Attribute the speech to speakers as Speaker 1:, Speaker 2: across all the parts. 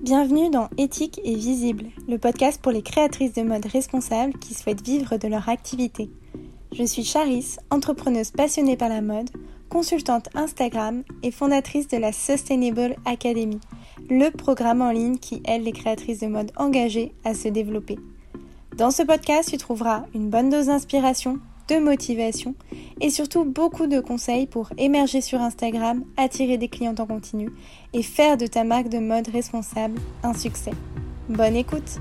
Speaker 1: Bienvenue dans Éthique et Visible, le podcast pour les créatrices de mode responsables qui souhaitent vivre de leur activité. Je suis Charis, entrepreneuse passionnée par la mode, consultante Instagram et fondatrice de la Sustainable Academy, le programme en ligne qui aide les créatrices de mode engagées à se développer. Dans ce podcast, tu trouveras une bonne dose d'inspiration, de motivation et surtout beaucoup de conseils pour émerger sur Instagram, attirer des clientes en continu et faire de ta marque de mode responsable un succès. Bonne écoute!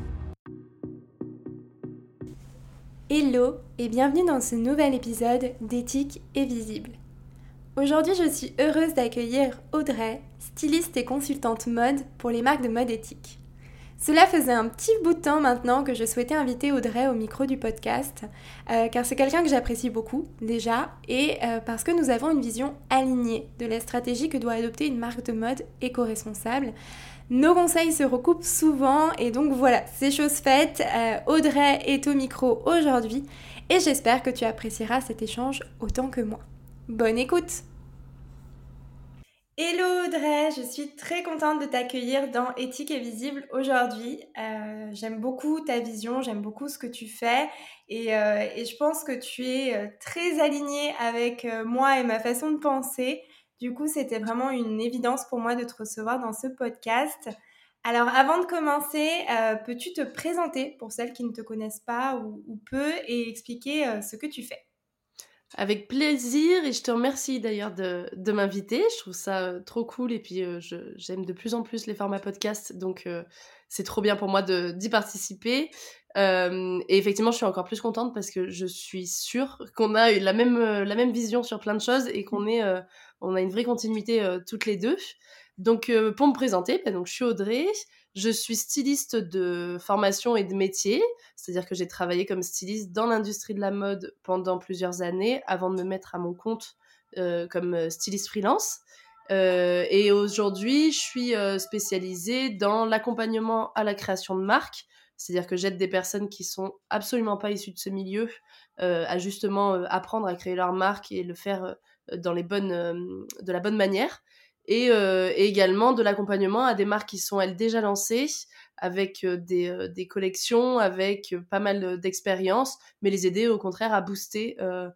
Speaker 1: Hello et bienvenue dans ce nouvel épisode d'Éthique et Visible. Aujourd'hui, je suis heureuse d'accueillir Audrey, styliste et consultante mode pour les marques de mode éthique. Cela faisait un petit bout de temps maintenant que je souhaitais inviter Audrey au micro du podcast, car c'est quelqu'un que j'apprécie beaucoup déjà, et parce que nous avons une vision alignée de la stratégie que doit adopter une marque de mode éco-responsable. Nos conseils se recoupent souvent, et donc voilà, c'est chose faite. Audrey est au micro aujourd'hui, et j'espère que tu apprécieras cet échange autant que moi. Bonne écoute! Hello Audrey, je suis très contente de t'accueillir dans Éthique et Visible aujourd'hui. J'aime beaucoup ta vision, j'aime beaucoup ce que tu fais et je pense que tu es très alignée avec moi et ma façon de penser. Du coup, c'était vraiment une évidence pour moi de te recevoir dans ce podcast. Alors, avant de commencer, peux-tu te présenter pour celles qui ne te connaissent pas ou peu et expliquer ce que tu fais?
Speaker 2: Avec plaisir, et je te remercie d'ailleurs de m'inviter. Je trouve ça trop cool, et puis j'aime de plus en plus les formats podcast, donc c'est trop bien pour moi d'y participer. Et effectivement, je suis encore plus contente parce que je suis sûre qu'on a eu la même vision sur plein de choses et on a une vraie continuité toutes les deux. Donc pour me présenter, donc, je suis Audrey, je suis styliste de formation et de métier. C'est-à-dire que j'ai travaillé comme styliste dans l'industrie de la mode pendant plusieurs années avant de me mettre à mon compte comme styliste freelance. Et aujourd'hui, je suis spécialisée dans l'accompagnement à la création de marques. C'est-à-dire que j'aide des personnes qui sont absolument pas issues de ce milieu à justement apprendre à créer leur marque et le faire de la bonne manière. Et également de l'accompagnement à des marques qui sont, elles, déjà lancées, avec des collections, avec pas mal d'expérience, mais les aider au contraire à booster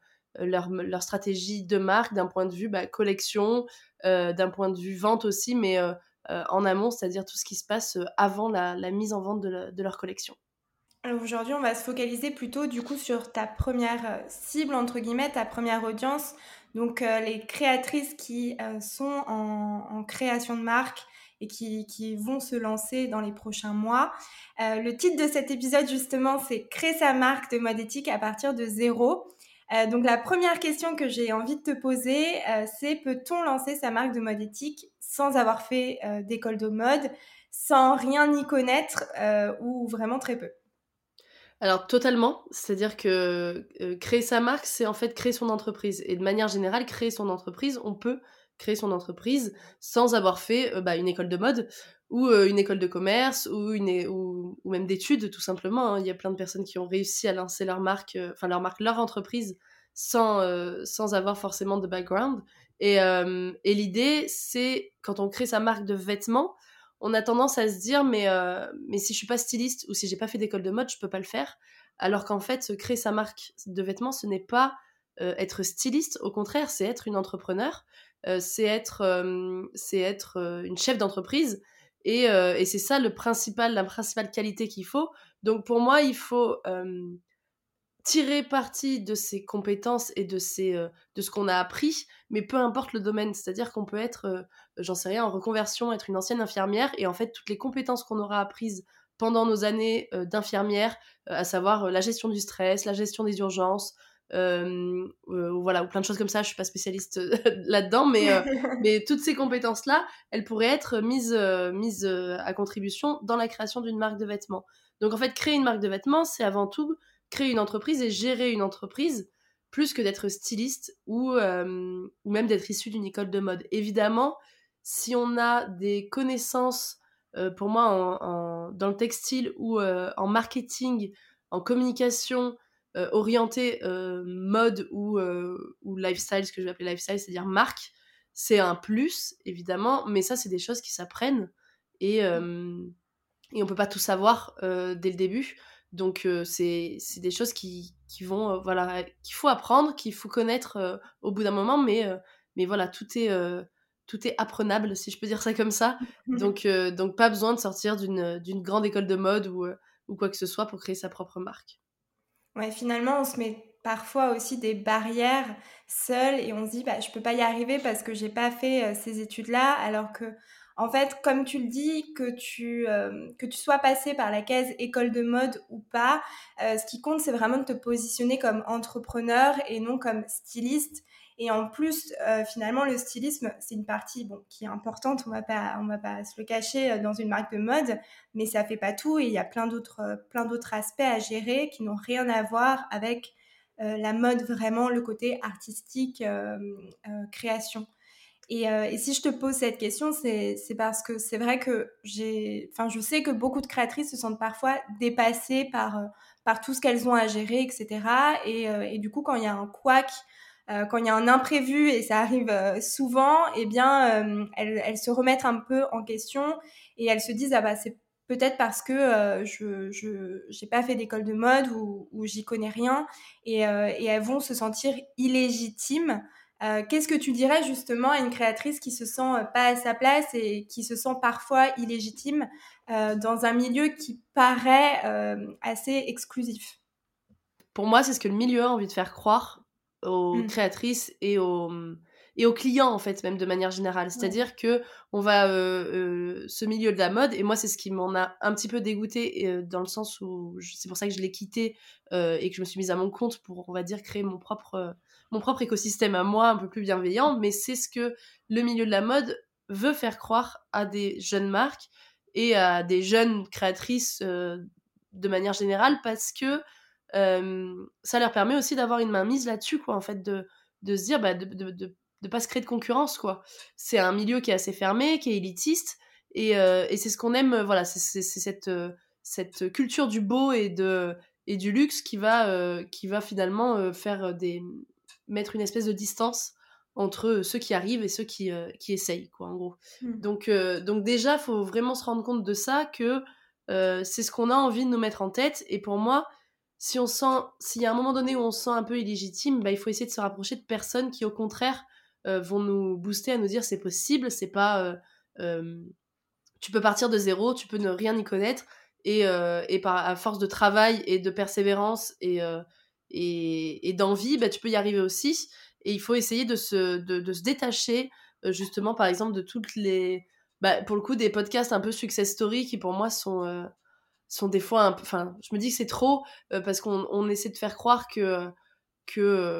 Speaker 2: leur stratégie de marque d'un point de vue collection, d'un point de vue vente aussi, mais en amont, c'est-à-dire tout ce qui se passe avant la mise en vente de leur collection.
Speaker 1: Alors aujourd'hui, on va se focaliser plutôt du coup sur ta première cible, entre guillemets, ta première audience. Donc les créatrices qui sont en création de marque et qui vont se lancer dans les prochains mois. Le titre de cet épisode justement, c'est Créer sa marque de mode éthique à partir de zéro. Donc la première question que j'ai envie de te poser, c'est peut-on lancer sa marque de mode éthique sans avoir fait d'école de mode, sans rien y connaître ou vraiment très peu?
Speaker 2: Alors totalement, c'est-à-dire que créer sa marque, c'est en fait créer son entreprise. Et de manière générale, créer son entreprise, on peut créer son entreprise sans avoir fait une école de mode ou une école de commerce ou même d'études, tout simplement, hein. Il y a plein de personnes qui ont réussi à lancer leur entreprise sans avoir forcément de background. Et l'idée, c'est quand on crée sa marque de vêtements, on a tendance à se dire mais si je suis pas styliste ou si j'ai pas fait d'école de mode, je peux pas le faire. Alors qu'en fait, créer sa marque de vêtements, ce n'est pas être styliste, au contraire, c'est être une entrepreneur, c'est être une chef d'entreprise, et c'est ça la principale qualité qu'il faut. Donc pour moi, il faut tirer parti de ses compétences et de ce qu'on a appris, mais peu importe le domaine. C'est-à-dire qu'on peut être, j'en sais rien, en reconversion, être une ancienne infirmière, et en fait, toutes les compétences qu'on aura apprises pendant nos années d'infirmière, à savoir la gestion du stress, la gestion des urgences, voilà, ou plein de choses comme ça, je suis pas spécialiste là-dedans, mais toutes ces compétences-là, elles pourraient être mises à contribution dans la création d'une marque de vêtements. Donc en fait, créer une marque de vêtements, c'est avant tout créer une entreprise et gérer une entreprise, plus que d'être styliste ou même d'être issu d'une école de mode. Évidemment, si on a des connaissances, pour moi, dans le textile ou en marketing, en communication, orientée mode ou lifestyle, ce que je vais appeler lifestyle, c'est-à-dire marque, c'est un plus, évidemment, mais ça, c'est des choses qui s'apprennent et on peut pas tout savoir dès le début. Donc c'est des choses qui vont voilà, qu'il faut apprendre, qu'il faut connaître au bout d'un moment, mais voilà, tout est apprenable, si je peux dire ça comme ça. Donc pas besoin de sortir d'une grande école de mode ou quoi que ce soit pour créer sa propre marque.
Speaker 1: Ouais, finalement, on se met parfois aussi des barrières seuls et on se dit, bah, je peux pas y arriver parce que j'ai pas fait ces études-là, alors que, en fait, comme tu le dis, que tu sois passé par la case école de mode ou pas, ce qui compte, c'est vraiment de te positionner comme entrepreneur et non comme styliste. Et en plus, finalement, le stylisme, c'est une partie bon, qui est importante, on va pas se le cacher dans une marque de mode, mais ça fait pas tout et il y a plein d'autres aspects à gérer qui n'ont rien à voir avec la mode vraiment, le côté artistique, création. Et si je te pose cette question, c'est parce que c'est vrai que je sais que beaucoup de créatrices se sentent parfois dépassées par tout ce qu'elles ont à gérer, etc. Et du coup, quand il y a un couac, quand il y a un imprévu, et ça arrive souvent, eh bien, elles se remettent un peu en question et elles se disent, ah bah, c'est peut-être parce que je j'ai pas fait d'école de mode ou j'y connais rien et elles vont se sentir illégitimes. Qu'est-ce que tu dirais justement à une créatrice qui se sent pas à sa place et qui se sent parfois illégitime dans un milieu qui paraît assez exclusif?
Speaker 2: Pour moi, c'est ce que le milieu a envie de faire croire aux
Speaker 1: Mmh.
Speaker 2: créatrices et aux clients, en fait, même de manière générale.
Speaker 1: Ouais.
Speaker 2: C'est-à-dire que on va ce milieu de la mode, et moi, c'est ce qui m'en a un petit peu dégoûtée, dans le sens où c'est pour ça que je l'ai quitté et que je me suis mise à mon compte pour, on va dire, créer mon propre écosystème à moi, un peu plus bienveillant. Mais c'est ce que le milieu de la mode veut faire croire à des jeunes marques et à des jeunes créatrices de manière générale, parce que ça leur permet aussi d'avoir une mainmise là-dessus, quoi, en fait, de se dire, bah, de pas se créer de concurrence, quoi. C'est un milieu qui est assez fermé, qui est élitiste, et c'est ce qu'on aime, voilà, c'est cette culture du beau et du luxe qui va finalement mettre une espèce de distance entre ceux qui arrivent et ceux qui essayent, quoi, en gros.
Speaker 1: Mmh.
Speaker 2: Donc déjà, faut vraiment se rendre compte de ça, que c'est ce qu'on a envie de nous mettre en tête, et pour moi, s'il y a un moment donné où on se sent un peu illégitime, bah, il faut essayer de se rapprocher de personnes qui, au contraire, vont nous booster à nous dire c'est possible, c'est pas. Tu peux partir de zéro, tu peux ne rien y connaître, à force de travail et de persévérance et d'envie, bah, tu peux y arriver aussi. Et il faut essayer de se détacher, justement, par exemple, de toutes les. Bah, pour le coup, des podcasts un peu success story qui, pour moi, sont des fois un peu. Enfin, je me dis que c'est trop parce qu'on essaie de faire croire que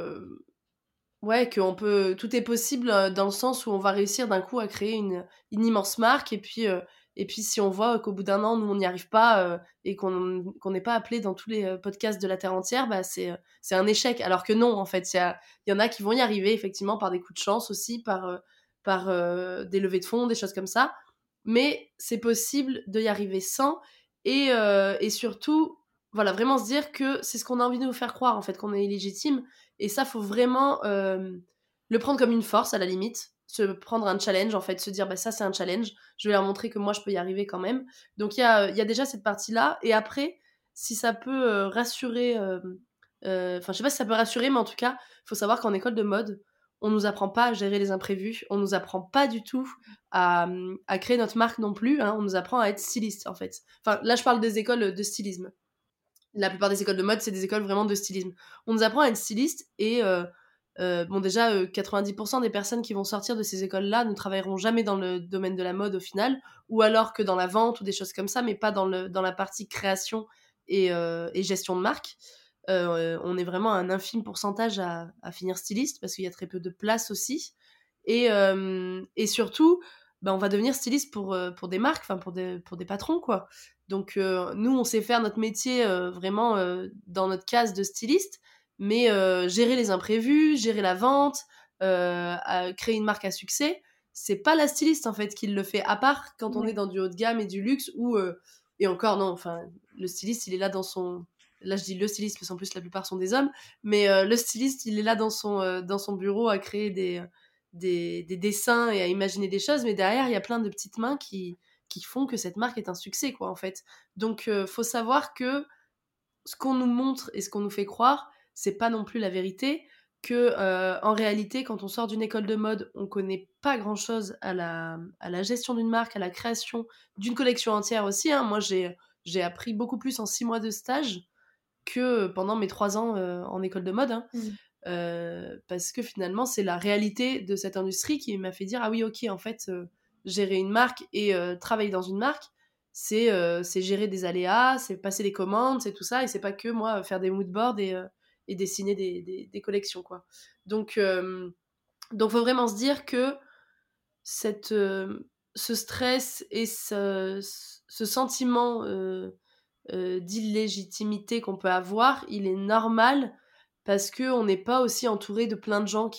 Speaker 2: ouais, tout est possible dans le sens où on va réussir d'un coup à créer une immense marque, et puis si on voit qu'au bout d'un an, nous, on n'y arrive pas et qu'on n'est pas appelé dans tous les podcasts de la Terre entière, bah, c'est un échec. Alors que non, en fait, il y en a qui vont y arriver, effectivement, par des coups de chance aussi, par des levées de fonds, des choses comme ça. Mais c'est possible de y arriver sans, et surtout, voilà, vraiment se dire que c'est ce qu'on a envie de nous faire croire, en fait, qu'on est illégitime. Et ça, faut vraiment le prendre comme une force, à la limite. Se prendre un challenge, en fait. Se dire, bah, ça, c'est un challenge. Je vais leur montrer que moi, je peux y arriver quand même. Donc, il y a déjà cette partie-là. Et après, si ça peut rassurer... Enfin, je sais pas si ça peut rassurer, mais en tout cas, il faut savoir qu'en école de mode, on nous apprend pas à gérer les imprévus. On nous apprend pas du tout à créer notre marque non plus. Hein. On nous apprend à être styliste, en fait. Enfin, là, je parle des écoles de stylisme. La plupart des écoles de mode, c'est des écoles vraiment de stylisme. On nous apprend à être styliste, et bon, déjà, 90% des personnes qui vont sortir de ces écoles-là ne travailleront jamais dans le domaine de la mode au final, ou alors que dans la vente ou des choses comme ça, mais pas dans la partie création et gestion de marque. On est vraiment un infime pourcentage à finir styliste parce qu'il y a très peu de place aussi. Et surtout, bah, on va devenir styliste pour des marques, enfin pour des patrons, quoi. Donc nous, on sait faire notre métier vraiment dans notre case de styliste, mais gérer les imprévus, gérer la vente, créer une marque à succès, c'est pas la styliste en fait qui le fait, à part quand on est
Speaker 1: Ouais.
Speaker 2: dans du haut de gamme et du luxe, et encore non, enfin le styliste il est là dans son... Là je dis le styliste parce qu'en plus la plupart sont des hommes, mais le styliste il est là dans son bureau à créer des dessins et à imaginer des choses, mais derrière il y a plein de petites mains qui font que cette marque est un succès, quoi, en fait. Donc, faut savoir que ce qu'on nous montre et ce qu'on nous fait croire, c'est pas non plus la vérité, que en réalité, quand on sort d'une école de mode, on connaît pas grand-chose à la gestion d'une marque, à la création d'une collection entière aussi, hein. Moi, j'ai appris beaucoup plus en 6 mois de stage que pendant mes 3 ans en école de mode, hein.
Speaker 1: Mm.
Speaker 2: Parce que finalement, c'est la réalité de cette industrie qui m'a fait dire ah oui, ok, en fait, gérer une marque et travailler dans une marque, c'est gérer des aléas, c'est passer des commandes, c'est tout ça, et c'est pas que moi faire des moodboards et dessiner des collections, quoi. Donc faut vraiment se dire que cette, ce stress et ce sentiment d'illégitimité qu'on peut avoir, il est normal parce qu'on n'est pas aussi entouré de plein de gens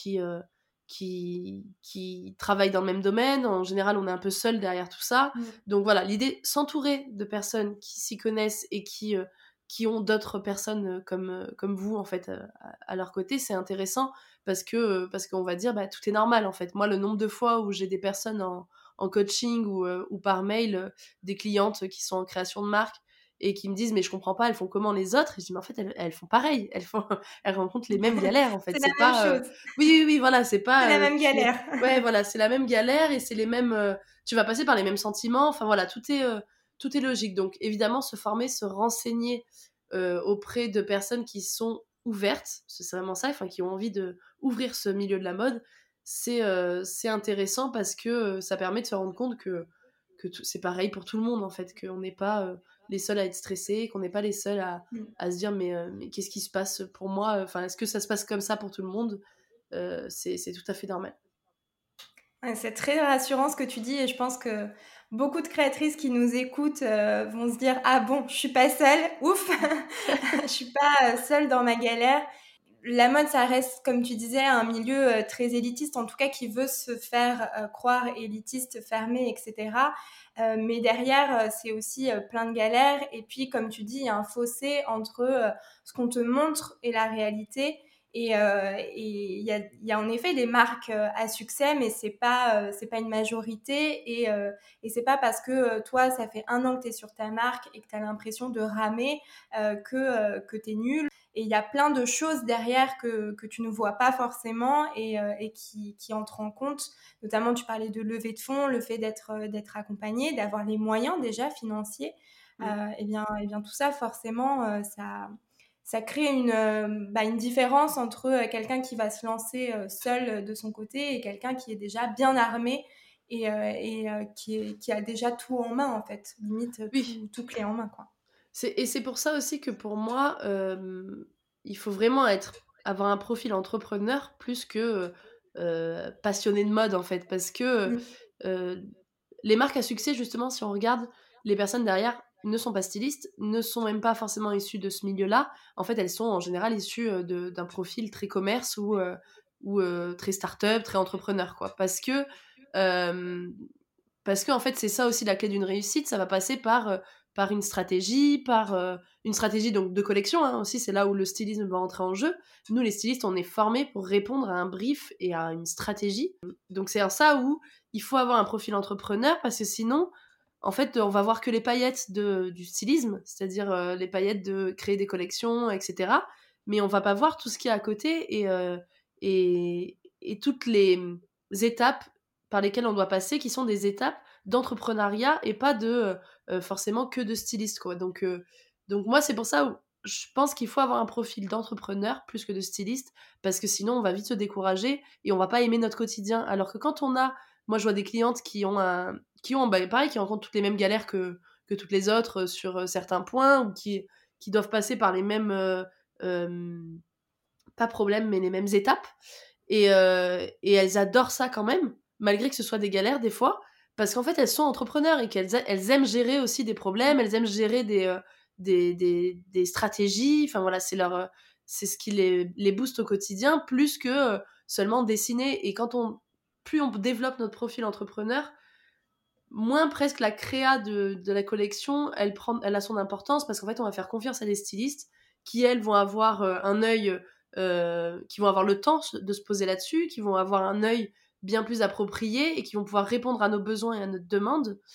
Speaker 2: qui travaillent dans le même domaine. En général, on est un peu seul derrière tout ça.
Speaker 1: Mm.
Speaker 2: Donc voilà, l'idée, s'entourer de personnes qui s'y connaissent et qui ont d'autres personnes comme vous, en fait, à leur côté, c'est intéressant parce qu'on va dire, bah, tout est normal, en fait. Moi, le nombre de fois où j'ai des personnes en coaching ou par mail, des clientes qui sont en création de marque, et qui me disent mais je comprends pas, elles font comment les autres, et je dis mais en fait elles font pareil, elles rencontrent les mêmes galères, en fait,
Speaker 1: C'est la
Speaker 2: c'est
Speaker 1: même
Speaker 2: pas
Speaker 1: chose,
Speaker 2: oui, oui, oui, voilà, c'est
Speaker 1: c'est
Speaker 2: pas
Speaker 1: la même galère.
Speaker 2: ouais, voilà, c'est la même galère et c'est les mêmes tu vas passer par les mêmes sentiments, enfin voilà, tout est logique. Donc évidemment, se former, se renseigner auprès de personnes qui sont ouvertes, c'est vraiment ça, enfin qui ont envie de ouvrir ce milieu de la mode, c'est intéressant parce que ça permet de se rendre compte que c'est pareil pour tout le monde, en fait, qu'on n'est pas les seuls à être stressés, qu'on n'est pas les seuls
Speaker 1: Mm.
Speaker 2: à se dire mais qu'est-ce qui se passe pour moi, enfin est-ce que ça se passe comme ça pour tout le monde, c'est tout à fait normal.
Speaker 1: Ouais, c'est très rassurant ce que tu dis, et je pense que beaucoup de créatrices qui nous écoutent vont se dire ah bon, je suis pas seule, ouf, je suis pas seule dans ma galère. La mode, ça reste, comme tu disais, un milieu très élitiste, en tout cas qui veut se faire croire élitiste, fermé, etc. Mais derrière, c'est aussi plein de galères. Et puis, comme tu dis, il y a un fossé entre ce qu'on te montre et la réalité. Et il y a en effet des marques à succès, mais c'est pas une majorité. Et c'est pas parce que toi, ça fait 1 an que tu es sur ta marque et que tu as l'impression de ramer que tu es nul. Et il y a plein de choses derrière que tu ne vois pas forcément et qui entrent en compte. Notamment, tu parlais de levée de fonds, le fait d'être accompagné, d'avoir les moyens déjà financiers. Et bien, tout ça, forcément, ça crée une différence entre quelqu'un qui va se lancer seul de son côté et quelqu'un qui est déjà bien armé et qui a déjà tout en main, en fait. Limite,
Speaker 2: Oui,
Speaker 1: tout clé en main, quoi.
Speaker 2: et c'est pour ça aussi que pour moi, il faut vraiment avoir un profil entrepreneur plus que passionné de mode, en fait, parce que
Speaker 1: Mm.
Speaker 2: euh, les marques à succès, justement, si on regarde, les personnes derrière ne sont pas stylistes, ne sont même pas forcément issues de ce milieu-là. En fait, elles sont en général issues d'un profil très commerce ou très start-up, très entrepreneur, quoi. Euh, parce que en fait, c'est ça aussi la clé d'une réussite. Ça va passer par une stratégie, par une stratégie donc de collection, hein, aussi. C'est là où le stylisme va entrer en jeu. Nous, les stylistes, on est formés pour répondre à un brief et à une stratégie. Donc c'est en ça où il faut avoir un profil entrepreneur, parce que sinon, en fait, on va voir que les paillettes du stylisme, c'est-à-dire les paillettes de créer des collections, etc. Mais on va pas voir tout ce qu'il y a à côté et toutes les étapes par lesquelles on doit passer, qui sont des étapes d'entrepreneuriat et pas de forcément que de styliste, quoi. Donc moi, c'est pour ça où je pense qu'il faut avoir un profil d'entrepreneur plus que de styliste, parce que sinon on va vite se décourager et on va pas aimer notre quotidien. Alors que quand moi je vois des clientes qui ont bah, pareil, qui rencontrent toutes les mêmes galères que toutes les autres sur certains points, ou qui doivent passer par les mêmes euh, pas problèmes, mais les mêmes étapes, et elles adorent ça quand même, malgré que ce soit des galères des fois, parce qu'en fait elles sont entrepreneurs et qu'elles aiment gérer aussi des problèmes, elles aiment gérer des stratégies, enfin voilà, c'est ce qui les booste au quotidien, plus que seulement dessiner. Et plus on développe notre profil entrepreneur, moins presque la créa de la collection, elle a son importance, parce qu'en fait on va faire confiance à des stylistes qui, elles, vont avoir un œil, qui vont avoir le temps de se poser là-dessus, qui vont avoir un œil bien plus approprié et qui vont pouvoir répondre à nos besoins et à notre demande.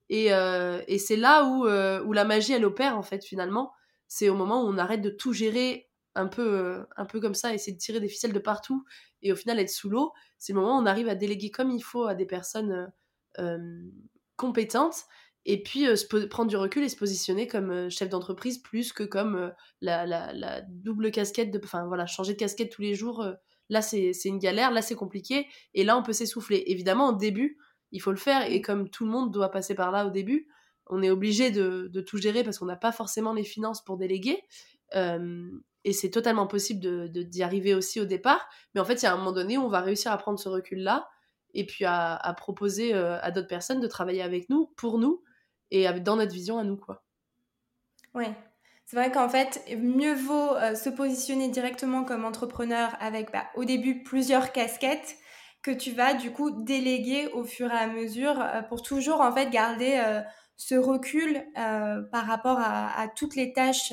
Speaker 2: Et c'est là où la magie, elle opère, en fait, finalement. C'est au moment où on arrête de tout gérer un peu comme ça, essayer de tirer des ficelles de partout et au final être sous l'eau. C'est le moment où on arrive à déléguer comme il faut à des personnes compétentes et puis prendre du recul et se positionner comme chef d'entreprise plus que comme la double casquette de, enfin voilà, changer de casquette tous les jours. Là, c'est une galère, là, c'est compliqué et là, on peut s'essouffler. Évidemment, au début, il faut le faire et comme tout le monde doit passer par là au début, on est obligé de tout gérer parce qu'on n'a pas forcément les finances pour déléguer. Et c'est totalement possible d'y arriver aussi au départ. Mais en fait, il y a un moment donné où on va réussir à prendre ce recul-là et puis à proposer à d'autres personnes de travailler avec nous, pour nous, et dans notre vision à nous, quoi.
Speaker 1: Ouais. C'est vrai qu'en fait, mieux vaut se positionner directement comme entrepreneur avec au début plusieurs casquettes que tu vas du coup déléguer au fur et à mesure pour toujours en fait garder ce recul par rapport à toutes les tâches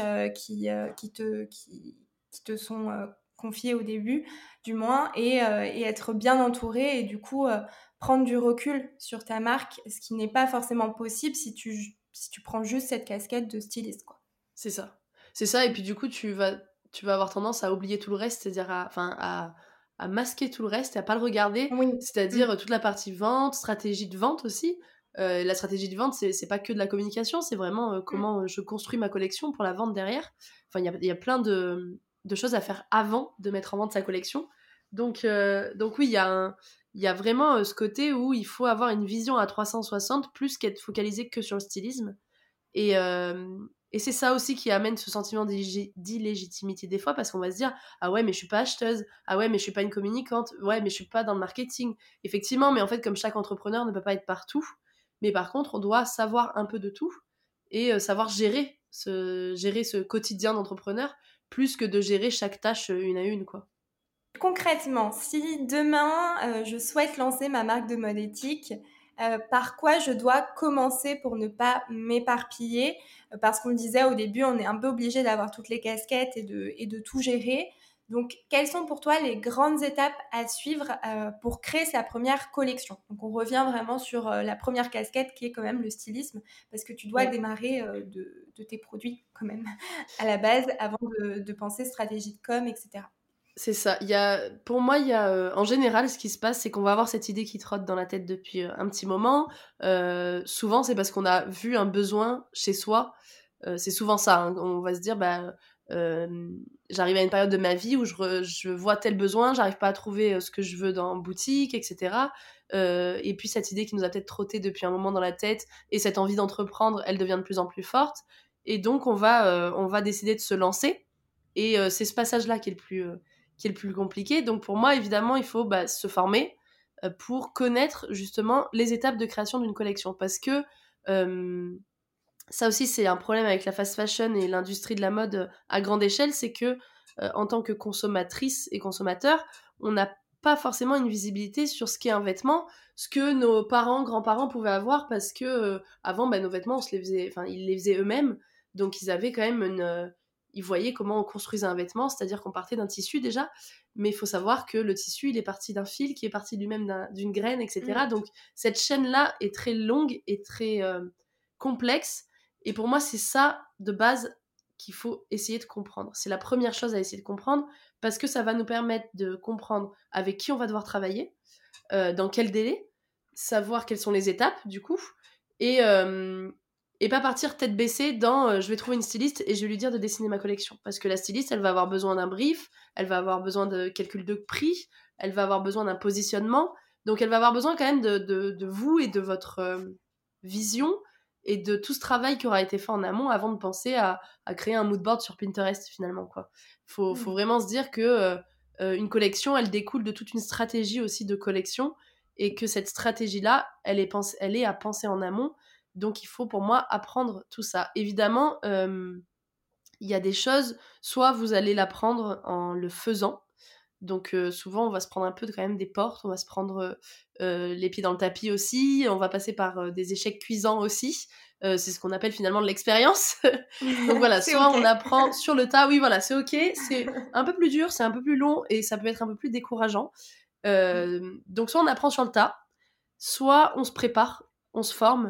Speaker 1: qui te sont confiées au début, du moins, et être bien entouré et du coup prendre du recul sur ta marque, ce qui n'est pas forcément possible si tu prends juste cette casquette de styliste, quoi.
Speaker 2: C'est ça. C'est ça, et puis du coup, tu vas avoir tendance à oublier tout le reste, c'est-à-dire à masquer tout le reste et à pas le regarder,
Speaker 1: Oui.
Speaker 2: c'est-à-dire toute la partie vente, stratégie de vente aussi. La stratégie de vente, c'est pas que de la communication, c'est vraiment
Speaker 1: Mm.
Speaker 2: comment je construis ma collection pour la vente derrière. Enfin, il y a plein de choses à faire avant de mettre en vente sa collection. Donc oui, il y a vraiment ce côté où il faut avoir une vision à 360 plus qu'être focalisé que sur le stylisme. Et, euh, et c'est ça aussi qui amène ce sentiment d'illégitimité des fois, parce qu'on va se dire ah ouais, mais je suis pas acheteuse, ah ouais, mais je suis pas une communicante, ouais, mais je suis pas dans le marketing. Effectivement, mais en fait, comme chaque entrepreneur ne peut pas être partout, mais par contre, on doit savoir un peu de tout et savoir gérer ce quotidien d'entrepreneur plus que de gérer chaque tâche une à une, quoi.
Speaker 1: Concrètement, si demain je souhaite lancer ma marque de mode éthique, par quoi je dois commencer pour ne pas m'éparpiller? Parce qu'on le disait au début, on est un peu obligé d'avoir toutes les casquettes et de tout gérer. Donc, quelles sont pour toi les grandes étapes à suivre pour créer sa première collection? Donc, on revient vraiment sur la première casquette qui est quand même le stylisme, parce que tu dois
Speaker 2: Ouais.
Speaker 1: démarrer de tes produits quand même à la base avant de penser stratégie de com, etc.
Speaker 2: C'est ça. Pour moi, en général, ce qui se passe, c'est qu'on va avoir cette idée qui trotte dans la tête depuis un petit moment. Souvent, c'est parce qu'on a vu un besoin chez soi. C'est souvent ça, hein. On va se dire, j'arrive à une période de ma vie où je vois tel besoin, j'arrive pas à trouver ce que je veux dans boutique, etc. Et puis cette idée qui nous a peut-être trotté depuis un moment dans la tête et cette envie d'entreprendre, elle devient de plus en plus forte. Et donc, on va décider de se lancer. Et c'est ce passage-là qui est le plus compliqué. Donc pour moi, évidemment, il faut se former pour connaître justement les étapes de création d'une collection. Parce que ça aussi, c'est un problème avec la fast fashion et l'industrie de la mode à grande échelle, c'est que en tant que consommatrice et consommateur, on n'a pas forcément une visibilité sur ce qu'est un vêtement, ce que nos parents, grands-parents pouvaient avoir parce que avant, nos vêtements, ils les faisaient eux-mêmes, donc ils avaient quand même ils voyaient comment on construisait un vêtement, c'est-à-dire qu'on partait d'un tissu déjà, mais il faut savoir que le tissu, il est parti d'un fil qui est parti lui-même d'une graine, etc.
Speaker 1: Mm.
Speaker 2: Donc cette chaîne-là est très longue et très complexe, et pour moi, c'est ça de base qu'il faut essayer de comprendre. C'est la première chose à essayer de comprendre parce que ça va nous permettre de comprendre avec qui on va devoir travailler, dans quel délai, savoir quelles sont les étapes du coup, et, euh, et pas partir tête baissée dans je vais trouver une styliste et je vais lui dire de dessiner ma collection. Parce que la styliste, elle va avoir besoin d'un brief, elle va avoir besoin de calcul de prix, elle va avoir besoin d'un positionnement, donc elle va avoir besoin quand même de vous et de votre vision et de tout ce travail qui aura été fait en amont avant de penser à créer un mood board sur Pinterest finalement, quoi. Faut
Speaker 1: Mm.
Speaker 2: vraiment se dire que une collection, elle découle de toute une stratégie aussi de collection et que cette stratégie-là, elle est à penser en amont. Donc il faut pour moi apprendre tout ça. Évidemment, il y a des choses, soit vous allez l'apprendre en le faisant. Donc souvent, on va se prendre un peu quand même des portes, on va se prendre les pieds dans le tapis aussi, on va passer par des échecs cuisants aussi. C'est ce qu'on appelle finalement de l'expérience. Donc voilà,
Speaker 1: C'est
Speaker 2: soit
Speaker 1: ok.
Speaker 2: on apprend sur le tas, oui voilà, c'est ok, c'est un peu plus dur, c'est un peu plus long et ça peut être un peu plus décourageant. Donc soit on apprend sur le tas, soit on se prépare, on se forme,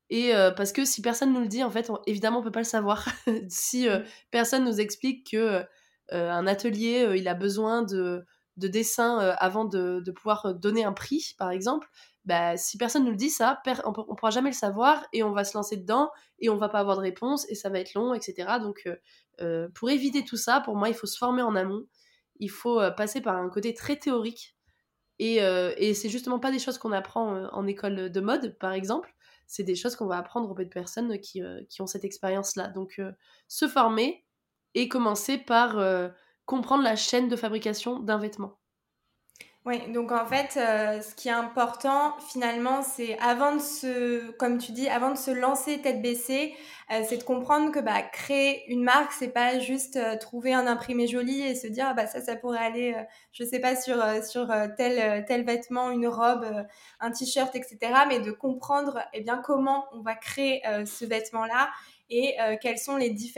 Speaker 2: Et parce que si personne nous le dit, en fait, évidemment, on peut pas le savoir. Si personne nous explique que un atelier, il a besoin de dessin avant de pouvoir donner un prix, par exemple, bah, si personne nous le dit, ça, on pourra jamais le savoir et on va se lancer dedans et on va pas avoir de réponse et ça va être long, etc. Donc, pour éviter tout ça, pour moi, il faut se former en amont. Il faut passer par un côté très théorique et c'est justement pas des choses qu'on apprend en école de mode, par exemple. C'est des choses qu'on va apprendre auprès de personnes qui ont cette expérience-là. Donc, se former et commencer par comprendre la chaîne de fabrication d'un vêtement.
Speaker 1: Oui, donc en fait, ce qui est important finalement, c'est comme tu dis, avant de se lancer tête baissée, c'est de comprendre que bah, créer une marque, c'est pas juste trouver un imprimé joli et se dire ah bah ça pourrait aller, je sais pas sur tel vêtement, une robe, un t-shirt, etc. Mais de comprendre eh bien comment on va créer ce vêtement-là et quelles sont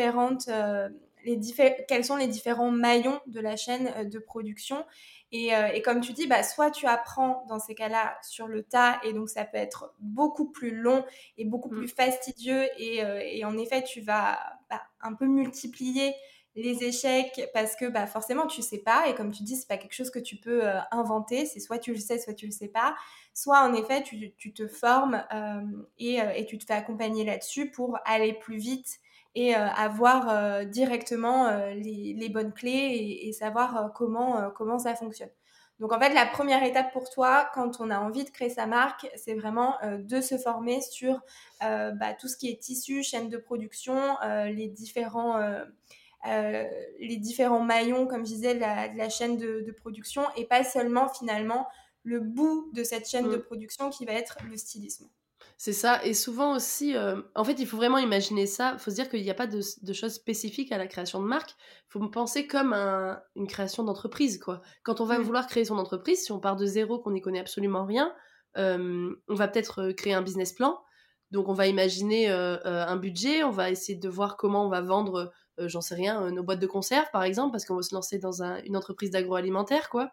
Speaker 1: quels sont les différents maillons de la chaîne de production et comme tu dis, bah, soit tu apprends dans ces cas-là sur le tas et donc ça peut être beaucoup plus long et beaucoup
Speaker 2: Mm.
Speaker 1: plus fastidieux et en effet tu vas bah, un peu multiplier les échecs parce que bah, forcément tu sais pas et comme tu dis c'est pas quelque chose que tu peux inventer, c'est soit tu le sais soit tu le sais pas, soit en effet tu te formes et tu te fais accompagner là-dessus pour aller plus vite et avoir directement les bonnes clés et savoir comment ça fonctionne. Donc en fait, la première étape pour toi, quand on a envie de créer sa marque, c'est vraiment de se former sur bah, tout ce qui est tissu, chaîne de production, les différents maillons, comme je disais, de la chaîne de production, et pas seulement finalement le bout de cette chaîne de
Speaker 2: Mm.
Speaker 1: production qui va être le stylisme.
Speaker 2: C'est ça, et souvent aussi, en fait, il faut vraiment imaginer ça. Il faut se dire qu'il n'y a pas de choses spécifiques à la création de marque. Il faut penser comme une création d'entreprise, quoi. Quand on va
Speaker 1: Mm.
Speaker 2: vouloir créer son entreprise, si on part de zéro, qu'on n'y connaît absolument rien, on va peut-être créer un business plan. Donc, on va imaginer un budget, on va essayer de voir comment on va vendre, j'en sais rien, nos boîtes de conserve, par exemple, parce qu'on veut se lancer dans une entreprise d'agroalimentaire, quoi.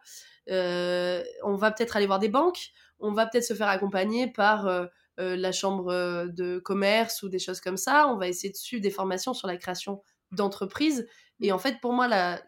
Speaker 2: On va peut-être aller voir des banques, on va peut-être se faire accompagner par la chambre de commerce ou des choses comme ça. On va essayer de suivre des formations sur la création d'entreprises. Et en fait, pour moi,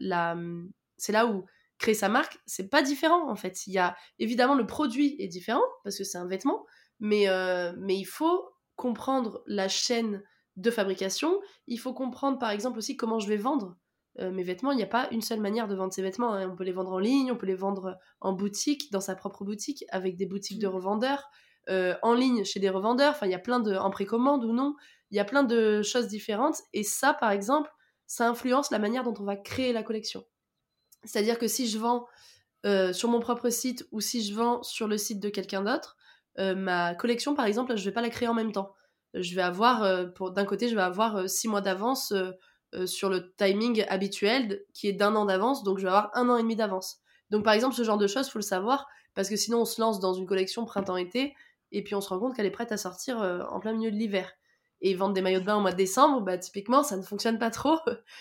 Speaker 2: c'est là où créer sa marque, c'est pas différent en fait. Il y a évidemment le produit est différent parce que c'est un vêtement, mais il faut comprendre la chaîne de fabrication. Il faut comprendre par exemple aussi comment je vais vendre mes vêtements. Il n'y a pas une seule manière de vendre ses vêtements, hein. On peut les vendre en ligne, on peut les vendre en boutique, dans sa propre boutique, avec des boutiques de revendeurs, en ligne chez des revendeurs. Enfin, il y a en précommande ou non. Il y a plein de choses différentes. Et ça, par exemple, ça influence la manière dont on va créer la collection. C'est-à-dire que si je vends sur mon propre site ou si je vends sur le site de quelqu'un d'autre, ma collection, par exemple, je ne vais pas la créer en même temps. Je vais avoir, d'un côté, je vais avoir 6 mois d'avance sur le timing habituel qui est d'1 an d'avance, donc je vais avoir 1 an et demi d'avance. Donc par exemple, ce genre de choses, il faut le savoir, parce que sinon on se lance dans une collection printemps-été, et puis on se rend compte qu'elle est prête à sortir en plein milieu de l'hiver. Et vendre des maillots de bain au mois de décembre, bah, typiquement, ça ne fonctionne pas trop.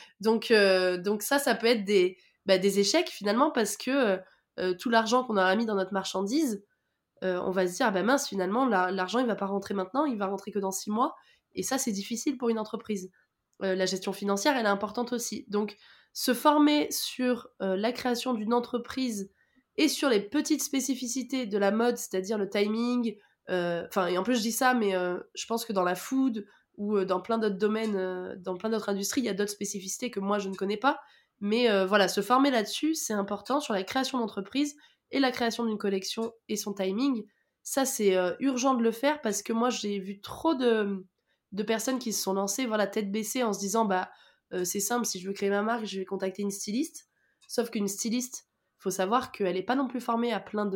Speaker 2: Donc ça peut être des échecs finalement, parce que tout l'argent qu'on aura mis dans notre marchandise, on va se dire, ah ben mince, finalement, l'argent, il va pas rentrer maintenant, il va rentrer que dans 6 mois. Et ça, c'est difficile pour une entreprise. La gestion financière, elle est importante aussi. Donc, se former sur la création d'une entreprise et sur les petites spécificités de la mode, c'est-à-dire le timing. Enfin, et en plus, je dis ça, mais je pense que dans la food ou dans plein d'autres domaines, dans plein d'autres industries, il y a d'autres spécificités que moi, je ne connais pas. Mais voilà, se former là-dessus, c'est important sur la création d'entreprise et la création d'une collection et son timing. Ça, c'est urgent de le faire parce que moi, j'ai vu trop de personnes qui se sont lancées voilà, tête baissée en se disant bah c'est simple, si je veux créer ma marque, je vais contacter une styliste. Sauf qu'une styliste, faut savoir qu'elle n'est pas non plus formée à plein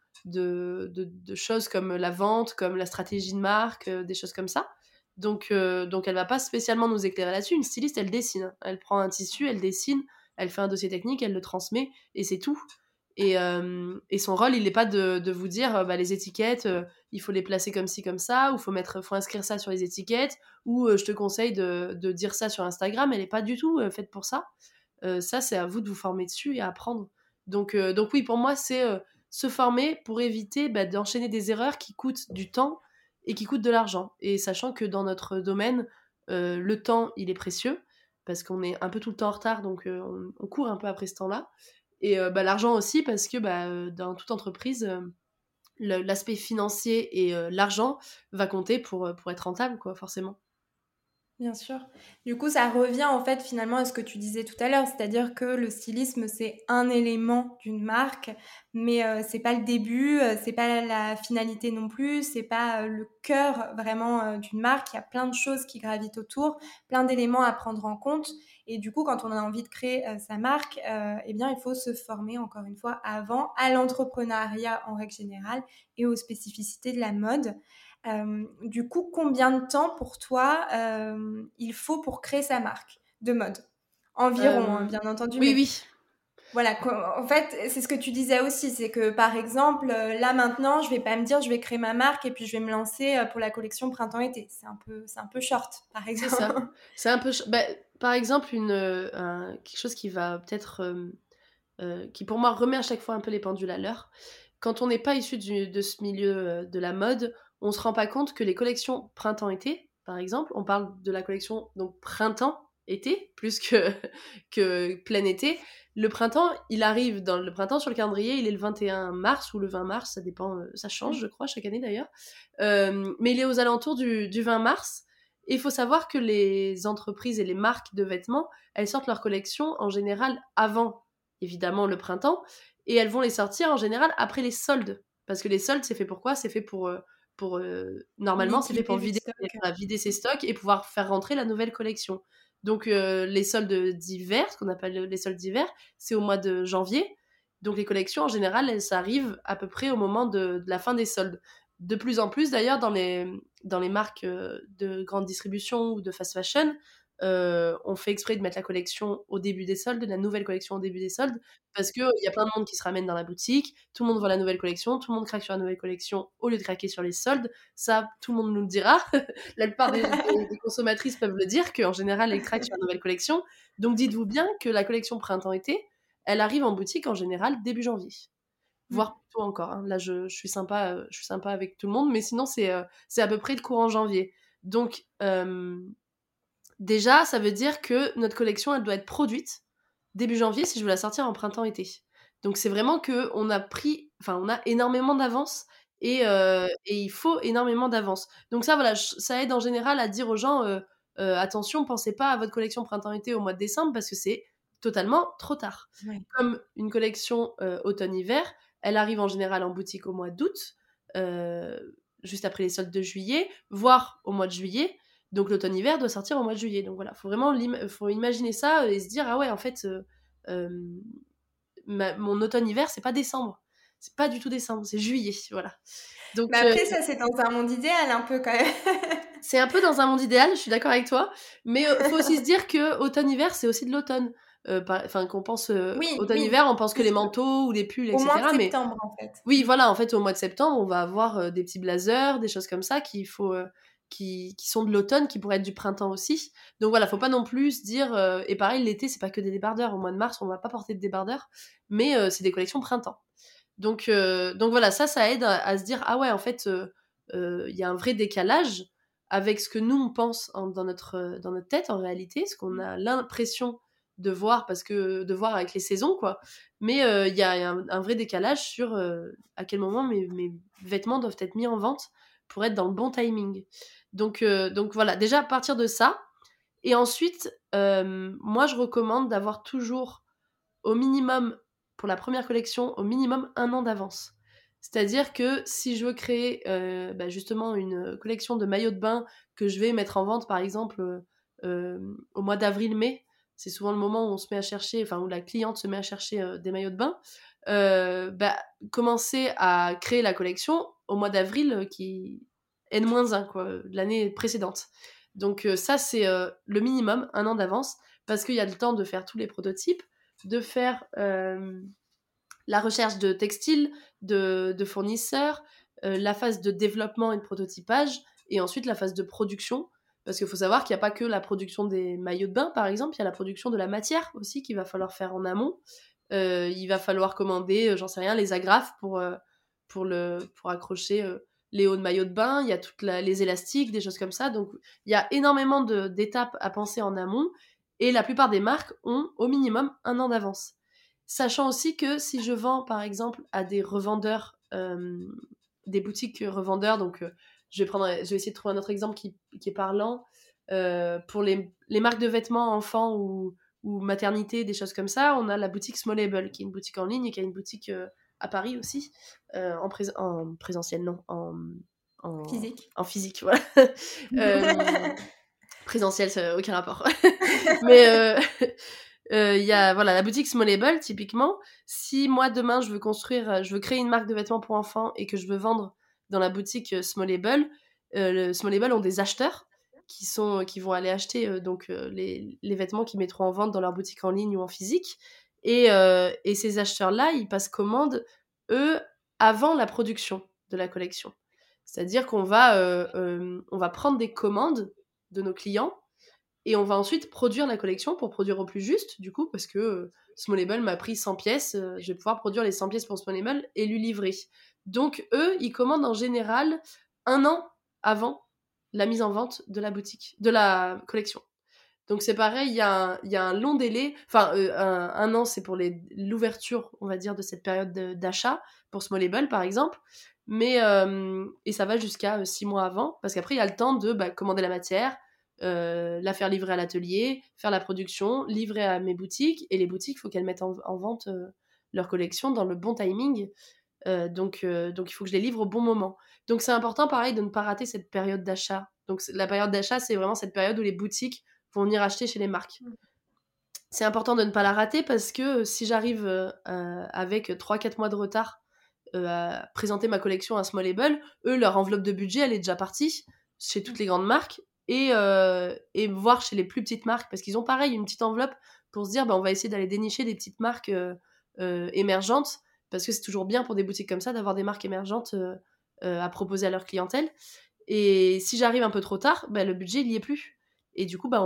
Speaker 2: de choses comme la vente, comme la stratégie de marque, des choses comme ça. Donc elle va pas spécialement nous éclairer là-dessus. Une styliste, elle dessine. Elle prend un tissu, elle dessine, elle fait un dossier technique, elle le transmet, et c'est tout. Et son rôle, il n'est pas de vous dire bah, les étiquettes, il faut les placer comme ci, comme ça, ou faut inscrire ça sur les étiquettes, ou je te conseille de dire ça sur Instagram. Elle n'est pas du tout faite pour ça. Ça, c'est à vous de vous former dessus et à apprendre. Donc oui, pour moi, c'est se former pour éviter bah, d'enchaîner des erreurs qui coûtent du temps et qui coûtent de l'argent. Et sachant que dans notre domaine, le temps, il est précieux, parce qu'on est un peu tout le temps en retard, donc on court un peu après ce temps-là. Et l'argent aussi, parce que dans toute entreprise, l'aspect financier et l'argent va compter pour être rentable, quoi, forcément.
Speaker 1: Bien sûr. Du coup, ça revient en fait finalement à ce que tu disais tout à l'heure, c'est-à-dire que le stylisme, c'est un élément d'une marque, mais c'est pas le début, c'est pas la finalité non plus, c'est pas le cœur vraiment d'une marque. Il y a plein de choses qui gravitent autour, plein d'éléments à prendre en compte. Et du coup, quand on a envie de créer sa marque, eh bien, il faut se former encore une fois avant à l'entrepreneuriat en règle générale et aux spécificités de la mode. Du coup, combien de temps pour toi il faut pour créer sa marque de mode? Environ, hein, bien entendu,
Speaker 2: Oui,
Speaker 1: mais
Speaker 2: oui.
Speaker 1: voilà, en fait, c'est ce que tu disais aussi, c'est que par exemple, là maintenant, je vais pas me dire je vais créer ma marque et puis je vais me lancer pour la collection printemps-été. C'est un peu short, par
Speaker 2: C'est
Speaker 1: exemple.
Speaker 2: ça. C'est un peu... par exemple, quelque chose qui va peut-être... qui pour moi remet à chaque fois un peu les pendules à l'heure. Quand on n'est pas issu de ce milieu de la mode, on se rend pas compte que les collections printemps-été, par exemple, on parle de la collection donc printemps-été plus que, que plein été. Le printemps, il arrive dans le printemps sur le calendrier, il est le 21 mars ou le 20 mars, ça dépend, ça change, je crois, chaque année d'ailleurs. Mais il est aux alentours du 20 mars. Et il faut savoir que les entreprises et les marques de vêtements, elles sortent leurs collections en général avant, évidemment, le printemps, et elles vont les sortir en général après les soldes. Parce que les soldes, c'est fait pour quoi? C'est fait normalement, c'est fait pour
Speaker 1: Liquider du stock.
Speaker 2: vider ses stocks et pouvoir faire rentrer la nouvelle collection. Donc, les soldes d'hiver, ce qu'on appelle les soldes d'hiver, c'est au mois de janvier. Donc, les collections, en général, elles arrivent à peu près au moment de la fin des soldes. De plus en plus, d'ailleurs, dans les marques de grande distribution ou de fast fashion, on fait exprès de mettre la collection au début des soldes, la nouvelle collection au début des soldes, parce qu'il y a plein de monde qui se ramène dans la boutique, tout le monde voit la nouvelle collection, tout le monde craque sur la nouvelle collection au lieu de craquer sur les soldes. Ça, tout le monde nous le dira. La plupart des consommatrices peuvent le dire, qu'en général, elles craquent sur la nouvelle collection. Donc dites-vous bien que la collection printemps-été, elle arrive en boutique en général début janvier. Voire plus tôt encore, hein. Là, je suis sympa avec tout le monde, mais sinon, c'est à peu près le courant janvier. Donc, déjà, ça veut dire que notre collection, elle doit être produite début janvier si je veux la sortir en printemps-été. Donc c'est vraiment que on a énormément d'avance et il faut énormément d'avance. Donc ça, voilà, ça aide en général à dire aux gens, attention, pensez pas à votre collection printemps-été au mois de décembre parce que c'est totalement trop tard.
Speaker 1: Ouais.
Speaker 2: Comme une collection automne-hiver, elle arrive en général en boutique au mois d'août, euh, juste après les soldes de juillet, voire au mois de juillet. Donc l'automne-hiver doit sortir au mois de juillet. Donc voilà, faut vraiment faut imaginer ça et se dire ah ouais, en fait, euh, mon automne-hiver, c'est pas décembre. C'est pas du tout décembre, c'est juillet, voilà. Donc
Speaker 1: Mais après, ça, c'est dans un monde idéal un peu quand même.
Speaker 2: c'est un peu dans un monde idéal, je suis d'accord avec toi, mais faut aussi se dire que automne-hiver, c'est aussi de l'automne. Enfin, qu'on pense
Speaker 1: Oui, oui.
Speaker 2: automne-hiver, on pense que les manteaux ou les pulls,
Speaker 1: Au moins de
Speaker 2: etc. Mais
Speaker 1: septembre, en fait.
Speaker 2: oui, voilà, en fait, au mois de septembre, on va avoir des petits blazers, des choses comme ça qui sont de l'automne, qui pourraient être du printemps aussi. Donc voilà, faut pas non plus se dire. Et pareil, l'été, c'est pas que des débardeurs. Au mois de mars, on va pas porter de débardeurs, mais c'est des collections printemps. Donc voilà, ça aide à se dire ah ouais, en fait, il y a un vrai décalage avec ce que nous on pense dans notre tête en réalité, ce qu'on a l'impression de voir avec les saisons quoi. Mais il y a un vrai décalage sur à quel moment mes vêtements doivent être mis en vente pour être dans le bon timing. Donc voilà, déjà à partir de ça. Et ensuite, moi je recommande d'avoir toujours au minimum, pour la première collection, au minimum 1 an d'avance. C'est-à-dire que si je veux créer justement une collection de maillots de bain que je vais mettre en vente par exemple au mois d'avril-mai, c'est souvent le moment où on se met à chercher, enfin où la cliente se met à chercher des maillots de bain, commencer à créer la collection au mois d'avril qui N-1 quoi, de l'année précédente. Donc ça c'est le minimum, 1 an d'avance, parce qu'il y a le temps de faire tous les prototypes, de faire la recherche de textiles, de fournisseurs, la phase de développement et de prototypage, et ensuite la phase de production. Parce qu'il faut savoir qu'il n'y a pas que la production des maillots de bain, par exemple, il y a la production de la matière aussi qu'il va falloir faire en amont. Il va falloir commander, j'en sais rien, les agrafes pour accrocher les hauts de maillot de bain, il y a les élastiques, des choses comme ça. Donc, il y a énormément d'étapes à penser en amont. Et la plupart des marques ont au minimum 1 an d'avance. Sachant aussi que si je vends, par exemple, à des revendeurs, des boutiques revendeurs, donc je vais essayer de trouver un autre exemple qui est parlant. Pour les marques de vêtements enfants ou maternité, des choses comme ça, on a la boutique Smallable, qui est une boutique en ligne et qui a une boutique à Paris aussi, en présentiel, non,
Speaker 1: Physique.
Speaker 2: en physique, voilà. Présentiel, ça n'a aucun rapport. Mais il y a la boutique Smallable, typiquement. Si moi, demain, je veux créer une marque de vêtements pour enfants et que je veux vendre dans la boutique Smallable, Smallable ont des acheteurs qui vont aller acheter les vêtements qu'ils mettront en vente dans leur boutique en ligne ou en physique. Et ces acheteurs-là, ils passent commande, eux, avant la production de la collection. C'est-à-dire qu'on on va prendre des commandes de nos clients et on va ensuite produire la collection pour produire au plus juste, du coup, parce que Smallable m'a pris 100 pièces, je vais pouvoir produire les 100 pièces pour Smallable et lui livrer. Donc, eux, ils commandent en général 1 an avant la mise en vente de la boutique, de la collection. Donc, c'est pareil, il y a un long délai. Enfin, 1 an, c'est pour l'ouverture, on va dire, de cette période d'achat, pour Smallable, par exemple. Mais, et ça va jusqu'à 6 mois avant, parce qu'après, il y a le temps de commander la matière, la faire livrer à l'atelier, faire la production, livrer à mes boutiques. Et les boutiques, il faut qu'elles mettent en vente leur collection dans le bon timing. Donc, il faut que je les livre au bon moment. Donc, c'est important, pareil, de ne pas rater cette période d'achat. Donc, la période d'achat, c'est vraiment cette période où les boutiques vont venir acheter chez les marques. C'est important de ne pas la rater parce que si j'arrive avec 3-4 mois de retard à présenter ma collection à Smallable, eux, leur enveloppe de budget, elle est déjà partie chez toutes les grandes marques et voir chez les plus petites marques, parce qu'ils ont pareil une petite enveloppe pour se dire on va essayer d'aller dénicher des petites marques émergentes, parce que c'est toujours bien pour des boutiques comme ça d'avoir des marques émergentes à proposer à leur clientèle. Et si j'arrive un peu trop tard, le budget, il n'y est plus. Et du coup,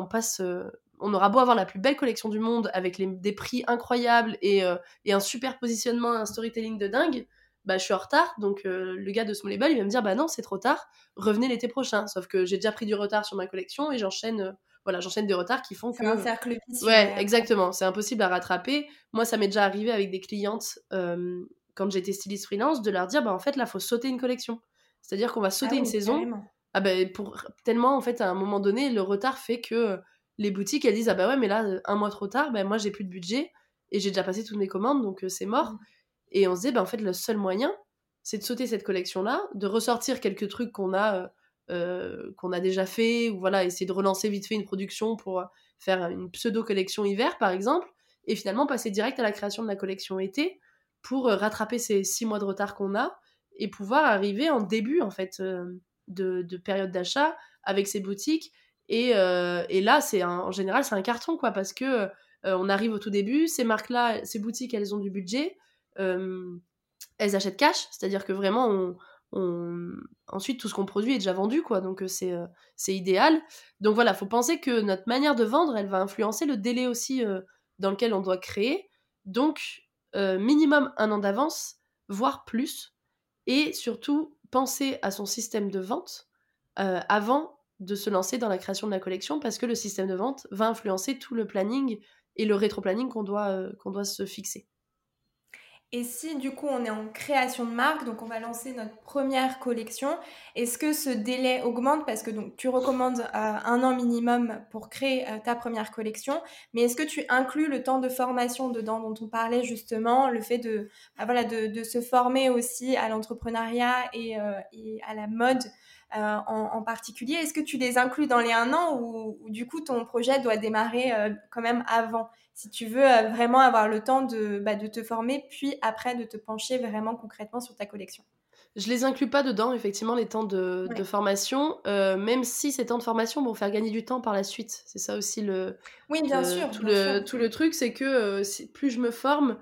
Speaker 2: on aura beau avoir la plus belle collection du monde avec des prix incroyables et un super positionnement, un storytelling de dingue, je suis en retard. Donc le gars de Smallable, il va me dire non, c'est trop tard, revenez l'été prochain. Sauf que j'ai déjà pris du retard sur ma collection et j'enchaîne des retards qui font
Speaker 1: C'est un cercle vicieux.
Speaker 2: Ouais, exactement, c'est impossible à rattraper. Moi, ça m'est déjà arrivé avec des clientes quand j'étais styliste freelance de leur dire en fait là, faut sauter une collection. C'est-à-dire qu'on va sauter une saison. Carrément. Tellement, en fait, à un moment donné, le retard fait que les boutiques, elles disent ouais, mais là, 1 mois trop tard, moi, j'ai plus de budget et j'ai déjà passé toutes mes commandes, donc c'est mort. Et on se dit, en fait, le seul moyen, c'est de sauter cette collection-là, de ressortir quelques trucs qu'on a déjà fait, ou voilà, essayer de relancer vite fait une production pour faire une pseudo-collection hiver, par exemple, et finalement passer direct à la création de la collection été pour rattraper ces 6 mois de retard qu'on a et pouvoir arriver en début, en fait, de période d'achat avec ces boutiques. Et là, en général, c'est un carton, quoi, parce que on arrive au tout début, ces marques-là, ces boutiques, elles ont du budget, elles achètent cash, c'est-à-dire que vraiment, ensuite, tout ce qu'on produit est déjà vendu, quoi, donc c'est idéal. Donc voilà, faut penser que notre manière de vendre, elle va influencer le délai aussi dans lequel on doit créer. Donc, minimum 1 an d'avance, voire plus. Et surtout, penser à son système de vente avant de se lancer dans la création de la collection, parce que le système de vente va influencer tout le planning et le rétro-planning qu'on doit se fixer.
Speaker 1: Et si du coup on est en création de marque, donc on va lancer notre première collection, est-ce que ce délai augmente parce que donc tu recommandes 1 an minimum pour créer ta première collection, mais est-ce que tu inclus le temps de formation dedans dont on parlait justement, le fait de se former aussi à l'entrepreneuriat et à la mode en particulier? Est-ce que tu les inclus dans les 1 an ou du coup ton projet doit démarrer quand même avant? Si tu veux vraiment avoir le temps de te former, puis après de te pencher vraiment concrètement sur ta collection.
Speaker 2: Je les inclus pas dedans, effectivement, les temps de formation, même si ces temps de formation vont faire gagner du temps par la suite. C'est ça aussi
Speaker 1: Oui, bien sûr.
Speaker 2: tout le truc, c'est que plus je me forme,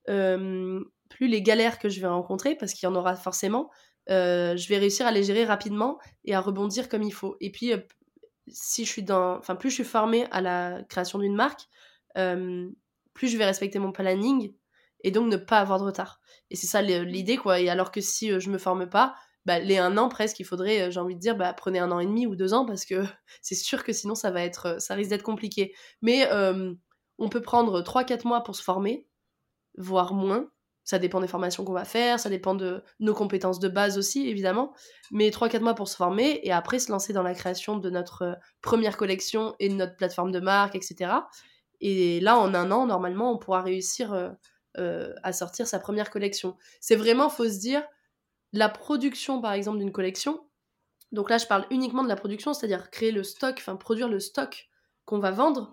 Speaker 2: plus les galères que je vais rencontrer, parce qu'il y en aura forcément, je vais réussir à les gérer rapidement et à rebondir comme il faut. Et puis, plus je suis formée à la création d'une marque, plus je vais respecter mon planning et donc ne pas avoir de retard. Et c'est ça l'idée, quoi. Et alors que si je me forme pas, les 1 an presque, il faudrait, j'ai envie de dire, prenez 1 an et demi ou 2 ans parce que c'est sûr que sinon ça risque d'être compliqué. Mais on peut prendre 3-4 mois pour se former, voire moins. Ça dépend des formations qu'on va faire, ça dépend de nos compétences de base aussi, évidemment. Mais 3-4 mois pour se former et après se lancer dans la création de notre première collection et de notre plateforme de marque, etc. Et là, en 1 an, normalement, on pourra réussir à sortir sa première collection. C'est vraiment, faut se dire, la production, par exemple, d'une collection. Donc là, je parle uniquement de la production, c'est-à-dire créer le stock, enfin produire le stock qu'on va vendre.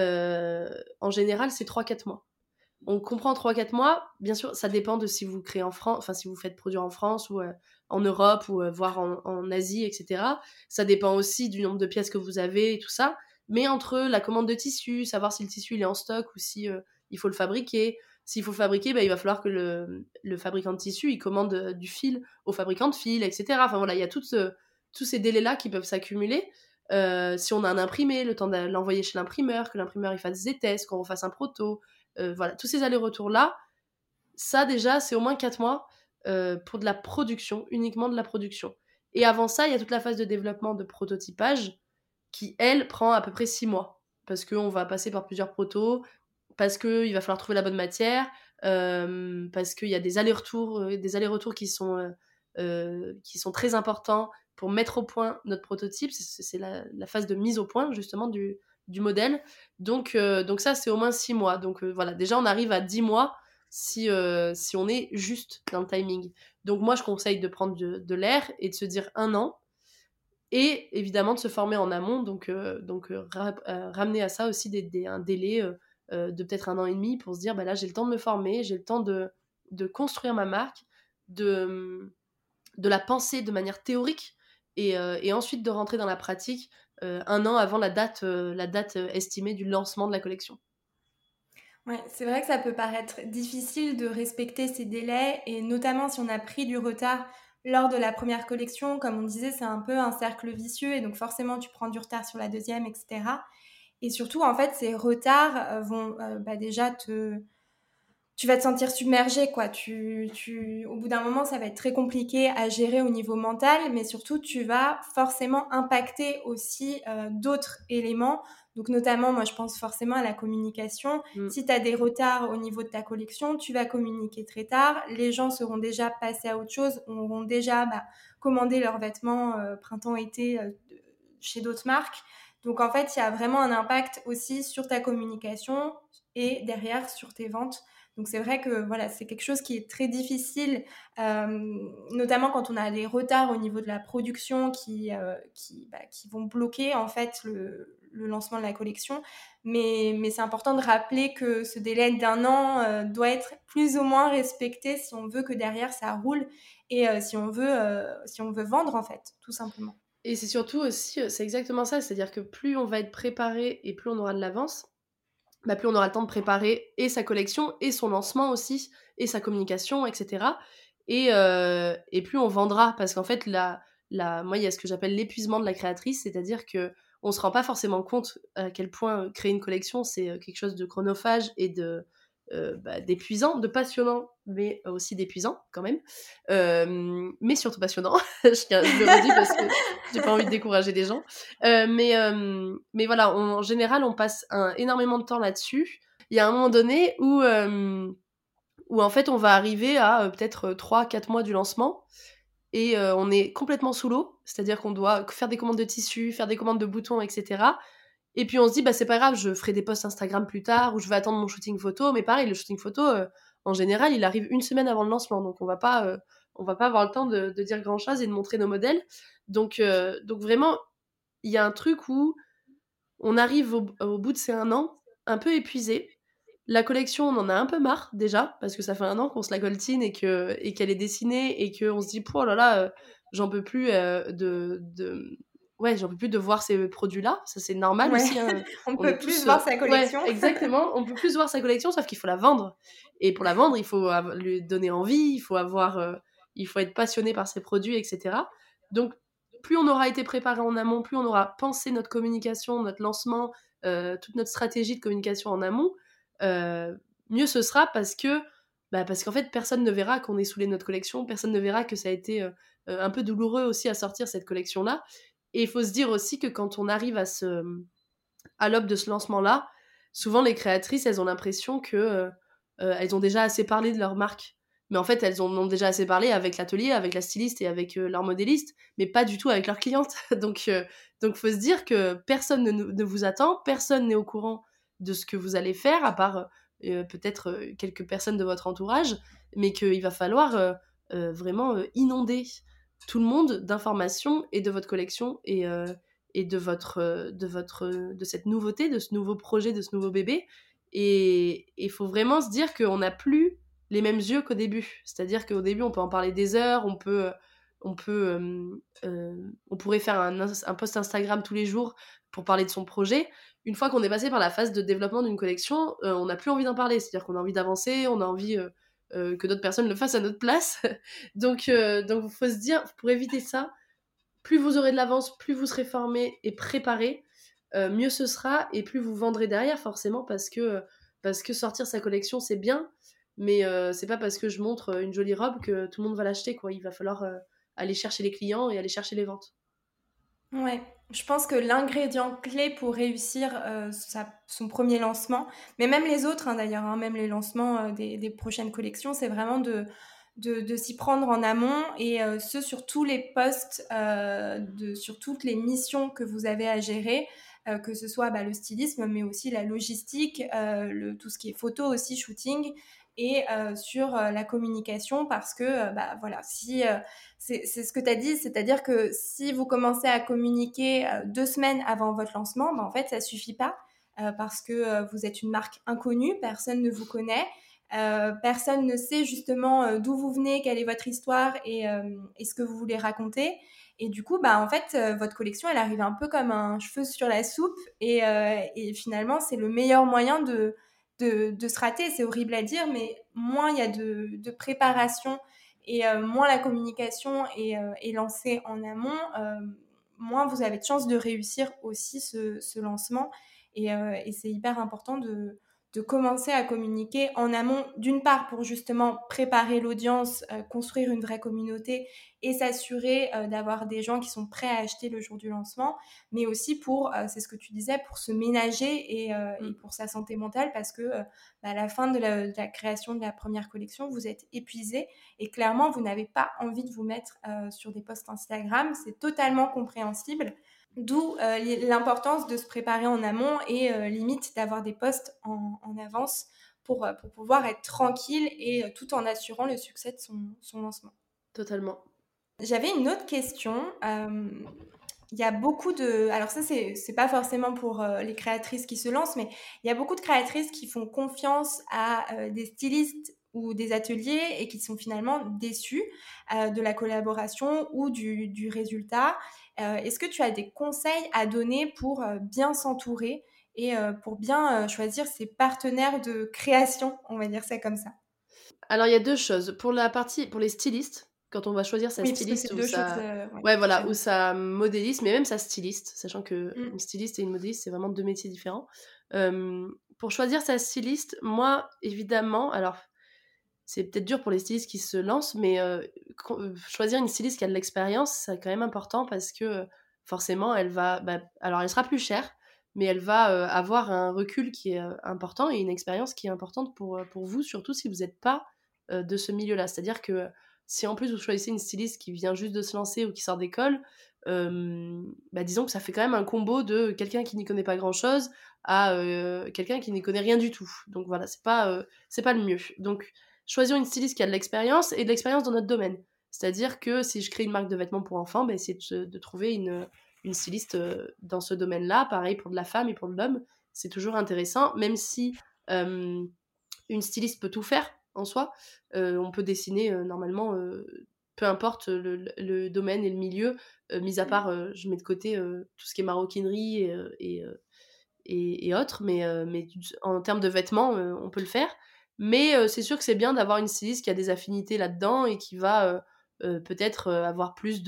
Speaker 2: En général, c'est 3-4 mois. On comprend 3-4 mois, bien sûr, ça dépend de si vous créez en France, enfin si vous faites produire en France ou en Europe ou voire en Asie, etc. Ça dépend aussi du nombre de pièces que vous avez et tout ça. Mais entre la commande de tissu, savoir si le tissu il est en stock ou si il faut le fabriquer. S'il faut le fabriquer, il va falloir que le fabricant de tissu il commande du fil au fabricant de fil, etc. Enfin voilà, il y a tous ces délais-là qui peuvent s'accumuler. Si on a un imprimé, le temps de l'envoyer chez l'imprimeur, que l'imprimeur il fasse des tests, qu'on refasse un proto, voilà, tous ces allers-retours-là, ça déjà, c'est au moins 4 mois pour de la production, uniquement de la production. Et avant ça, il y a toute la phase de développement de prototypage qui, elle, prend à peu près 6 mois. Parce qu'on va passer par plusieurs protos, parce qu'il va falloir trouver la bonne matière, parce qu'il y a des allers-retours qui sont très importants pour mettre au point notre prototype. C'est la phase de mise au point, justement, du modèle. Donc ça, c'est au moins 6 mois. Donc voilà, déjà, on arrive à 10 mois si on est juste dans le timing. Donc moi, je conseille de prendre de l'air et de se dire 1 an. Et évidemment de se former en amont, donc ramener à ça aussi un délai de peut-être 1 an et demi pour se dire, là j'ai le temps de me former, j'ai le temps de construire ma marque, de la penser de manière théorique et ensuite de rentrer dans la pratique 1 an avant la date estimée du lancement de la collection.
Speaker 1: Ouais, c'est vrai que ça peut paraître difficile de respecter ces délais et notamment si on a pris du retard lors de la première collection, comme on disait, c'est un peu un cercle vicieux et donc forcément tu prends du retard sur la deuxième, etc. Et surtout, en fait, ces retards vont déjà tu vas te sentir submergé, quoi. Au bout d'un moment, ça va être très compliqué à gérer au niveau mental, mais surtout, tu vas forcément impacter aussi d'autres éléments. Donc, notamment, moi, je pense forcément à la communication. Si tu as des retards au niveau de ta collection, tu vas communiquer très tard. Les gens seront déjà passés à autre chose, auront déjà commandé leurs vêtements printemps-été chez d'autres marques. Donc, en fait, il y a vraiment un impact aussi sur ta communication et derrière sur tes ventes. Donc c'est vrai que voilà, c'est quelque chose qui est très difficile, notamment quand on a des retards au niveau de la production qui vont bloquer en fait le lancement de la collection. Mais c'est important de rappeler que ce délai d'1 an doit être plus ou moins respecté si on veut que derrière ça roule et si on veut vendre en fait, tout simplement.
Speaker 2: Et c'est surtout aussi, c'est exactement ça, c'est-à-dire que plus on va être préparé et plus on aura de l'avance, plus on aura le temps de préparer et sa collection, et son lancement aussi, et sa communication, etc. Et plus on vendra, parce qu'en fait, moi, il y a ce que j'appelle l'épuisement de la créatrice, c'est-à-dire que on se rend pas forcément compte à quel point créer une collection, c'est quelque chose de chronophage et d'épuisant, de passionnant, mais aussi d'épuisant quand même. Mais surtout passionnant. Je le redis parce que j'ai pas envie de décourager des gens. Mais voilà, en général, on passe énormément de temps là-dessus. Il y a un moment donné où en fait, on va arriver à peut-être 3-4 mois du lancement et on est complètement sous l'eau, c'est-à-dire qu'on doit faire des commandes de tissus, faire des commandes de boutons, etc. Et puis on se dit, c'est pas grave, je ferai des posts Instagram plus tard ou je vais attendre mon shooting photo. Mais pareil, le shooting photo, en général, il arrive 1 semaine avant le lancement, donc on va pas avoir le temps de dire grand-chose et de montrer nos modèles. Donc vraiment, il y a un truc où on arrive au bout de ces 1 an, un peu épuisé. La collection, on en a un peu marre déjà, parce que ça fait 1 an qu'on se la coltine et qu'elle est dessinée et qu'on se dit, oh là là, j'en peux plus j'en peux plus de voir ces produits-là. Ça, c'est normal aussi. Hein.
Speaker 1: On peut plus voir sa collection.
Speaker 2: Ouais, exactement. On peut plus voir sa collection, sauf qu'il faut la vendre. Et pour la vendre, il faut lui donner envie, il faut être passionné par ses produits, etc. Donc, plus on aura été préparé en amont, plus on aura pensé notre communication, notre lancement, toute notre stratégie de communication en amont, mieux ce sera parce que parce qu'en fait, personne ne verra qu'on est saoulé de notre collection, personne ne verra que ça a été un peu douloureux aussi à sortir cette collection-là. Et il faut se dire aussi que quand on arrive à l'aube de ce lancement-là, souvent les créatrices, elles ont l'impression que elles ont déjà assez parlé de leur marque. Mais en fait, elles en ont déjà assez parlé avec l'atelier, avec la styliste et avec leur modéliste, mais pas du tout avec leurs clientes. Donc, faut se dire que personne ne vous attend, personne n'est au courant de ce que vous allez faire, à part peut-être quelques personnes de votre entourage, mais qu'il va falloir vraiment inonder tout le monde d'informations et de votre collection et de cette nouveauté, de ce nouveau projet, de ce nouveau bébé. Et il faut vraiment se dire qu'on n'a plus les mêmes yeux qu'au début. C'est-à-dire qu'au début, on peut en parler des heures, on pourrait faire un post Instagram tous les jours pour parler de son projet. Une fois qu'on est passé par la phase de développement d'une collection, on n'a plus envie d'en parler. C'est-à-dire qu'on a envie d'avancer, on a envie que d'autres personnes le fassent à notre place. Donc, il faut se dire, pour éviter ça, plus vous aurez de l'avance, plus vous serez formé et préparé, mieux ce sera et plus vous vendrez derrière forcément parce que sortir sa collection c'est bien, mais c'est pas parce que je montre une jolie robe que tout le monde va l'acheter, quoi. Il va falloir aller chercher les clients et aller chercher les ventes.
Speaker 1: Ouais, je pense que l'ingrédient clé pour réussir son premier lancement, mais même les autres hein, d'ailleurs, hein, même les lancements des prochaines collections, c'est vraiment de s'y prendre en amont et ce sur tous les postes, sur toutes les missions que vous avez à gérer, que ce soit le stylisme, mais aussi la logistique, tout ce qui est photo aussi, shooting, et sur la communication parce que voilà, si c'est ce que tu as dit, c'est-à-dire que si vous commencez à communiquer 2 semaines avant votre lancement, en fait, ça suffit pas parce que vous êtes une marque inconnue, personne ne vous connaît, personne ne sait justement d'où vous venez, quelle est votre histoire et ce que vous voulez raconter. Et du coup, en fait, votre collection, elle arrive un peu comme un cheveu sur la soupe et finalement, c'est le meilleur moyen de se rater. C'est horrible à dire, mais moins il y a de préparation et moins la communication est lancée en amont, moins vous avez de chances de réussir aussi ce lancement. Et c'est hyper important de commencer à communiquer en amont, d'une part pour justement préparer l'audience, construire une vraie communauté et s'assurer d'avoir des gens qui sont prêts à acheter le jour du lancement, mais aussi pour, c'est ce que tu disais, pour se ménager et pour sa santé mentale parce que à la fin de la création de la première collection, vous êtes épuisé et clairement, vous n'avez pas envie de vous mettre sur des posts Instagram. C'est totalement compréhensible. D'où l'importance de se préparer en amont et limite d'avoir des posts en avance pour pouvoir être tranquille et tout en assurant le succès de son lancement.
Speaker 2: Totalement.
Speaker 1: J'avais une autre question. Il y a beaucoup de... Alors ça, c'est pas forcément pour les créatrices qui se lancent, mais il y a beaucoup de créatrices qui font confiance à des stylistes ou des ateliers et qui sont finalement déçues de la collaboration ou du résultat. Est-ce que tu as des conseils à donner pour bien s'entourer et pour bien choisir ses partenaires de création, on va dire ça comme ça?
Speaker 2: Alors, il y a deux choses. Pour les stylistes, quand on va choisir sa
Speaker 1: Oui, parce que
Speaker 2: styliste
Speaker 1: c'est
Speaker 2: ou
Speaker 1: deux choses ouais,
Speaker 2: ouais, voilà, ou
Speaker 1: différentes.
Speaker 2: sa modéliste, mais même sa styliste, sachant que
Speaker 1: Mm.
Speaker 2: une styliste et une modéliste, c'est vraiment deux métiers différents. Pour choisir sa styliste, moi, évidemment, alors c'est peut-être dur pour les stylistes qui se lancent, mais choisir une styliste qui a de l'expérience, c'est quand même important parce que forcément, alors elle sera plus chère, mais elle va avoir un recul qui est important et une expérience qui est importante pour vous, surtout si vous n'êtes pas de ce milieu-là. C'est-à-dire que si en plus vous choisissez une styliste qui vient juste de se lancer ou qui sort d'école, disons que ça fait quand même un combo de quelqu'un qui n'y connaît pas grand-chose à quelqu'un qui n'y connaît rien du tout. Donc voilà, c'est pas le mieux. Donc choisir une styliste qui a de l'expérience et de l'expérience dans notre domaine. C'est-à-dire que si je crée une marque de vêtements pour enfants, essayer de trouver une styliste dans ce domaine-là. Pareil pour de la femme et pour de l'homme. C'est toujours intéressant, même si une styliste peut tout faire en soi. On peut dessiner normalement, peu importe le domaine et le milieu, mis à part, je mets de côté tout ce qui est maroquinerie et autres, mais en termes de vêtements, on peut le faire. Mais c'est sûr que c'est bien d'avoir une styliste qui a des affinités là-dedans et qui va peut-être avoir plus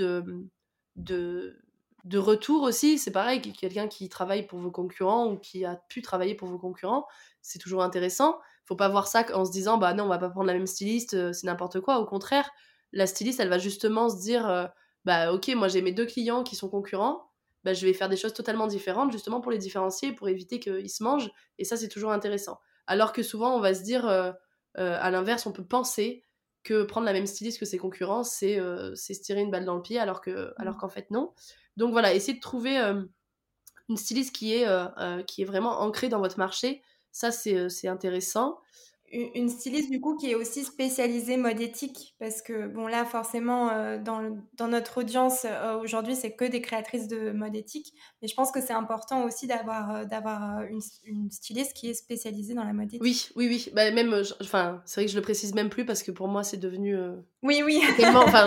Speaker 2: de, de retour aussi. C'est pareil, quelqu'un qui travaille pour vos concurrents ou qui a pu travailler pour vos concurrents, c'est toujours intéressant. faut pas voir ça en se disant bah non, on va pas prendre la même styliste, c'est n'importe quoi. Au contraire, la styliste, elle va justement se dire bah ok, moi j'ai mes 2 clients qui sont concurrents, bah je vais faire des choses totalement différentes justement pour les différencier, pour éviter qu'ils se mangent, et ça c'est toujours intéressant. Alors que souvent on va se dire à l'inverse, on peut penser que prendre la même styliste que ses concurrents, c'est se tirer une balle dans le pied, alors qu'en fait non. Donc voilà, essayez de trouver une styliste qui est vraiment ancrée dans votre marché. Ça, c'est intéressant.
Speaker 1: Une styliste du coup qui est aussi spécialisée mode éthique parce que bon là forcément dans notre audience aujourd'hui c'est que des créatrices de mode éthique, mais je pense que c'est important aussi d'avoir une styliste qui est spécialisée dans la mode
Speaker 2: Oui,
Speaker 1: éthique.
Speaker 2: oui, oui. Bah, même, enfin, c'est vrai que je le précise même plus parce que pour moi, c'est devenu
Speaker 1: Oui, oui.
Speaker 2: c'est tellement. Enfin,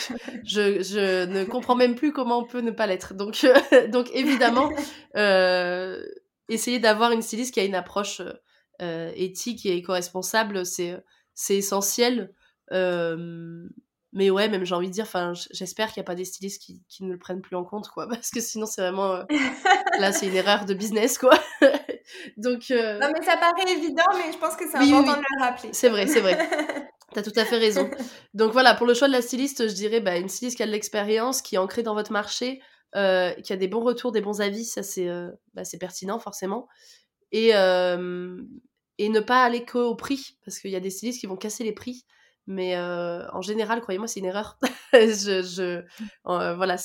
Speaker 2: je ne comprends même plus comment on peut ne pas l'être. Donc, donc évidemment, euh, essayer d'avoir une styliste qui a une approche éthique et éco-responsable, c'est essentiel. Euh, mais ouais, même j'ai envie de dire, enfin, j'espère qu'il n'y a pas des stylistes qui ne le prennent plus en compte, quoi, parce que sinon, c'est vraiment. Là, c'est une erreur de business, quoi. Donc,
Speaker 1: Non mais ça paraît évident, mais je pense que c'est
Speaker 2: oui, oui,
Speaker 1: important de
Speaker 2: oui.
Speaker 1: le rappeler
Speaker 2: C'est
Speaker 1: quand
Speaker 2: vrai,
Speaker 1: même.
Speaker 2: c'est vrai. T'as tout à fait raison. Donc voilà, pour le choix de la styliste, je dirais bah, une styliste qui a de l'expérience, qui est ancrée dans votre marché, qui a des bons retours, des bons avis, ça c'est pertinent forcément. Et, euh, et ne pas aller qu'au prix, parce qu'il y a des stylistes qui vont casser les prix. Mais en général, croyez-moi, c'est une erreur. Voilà,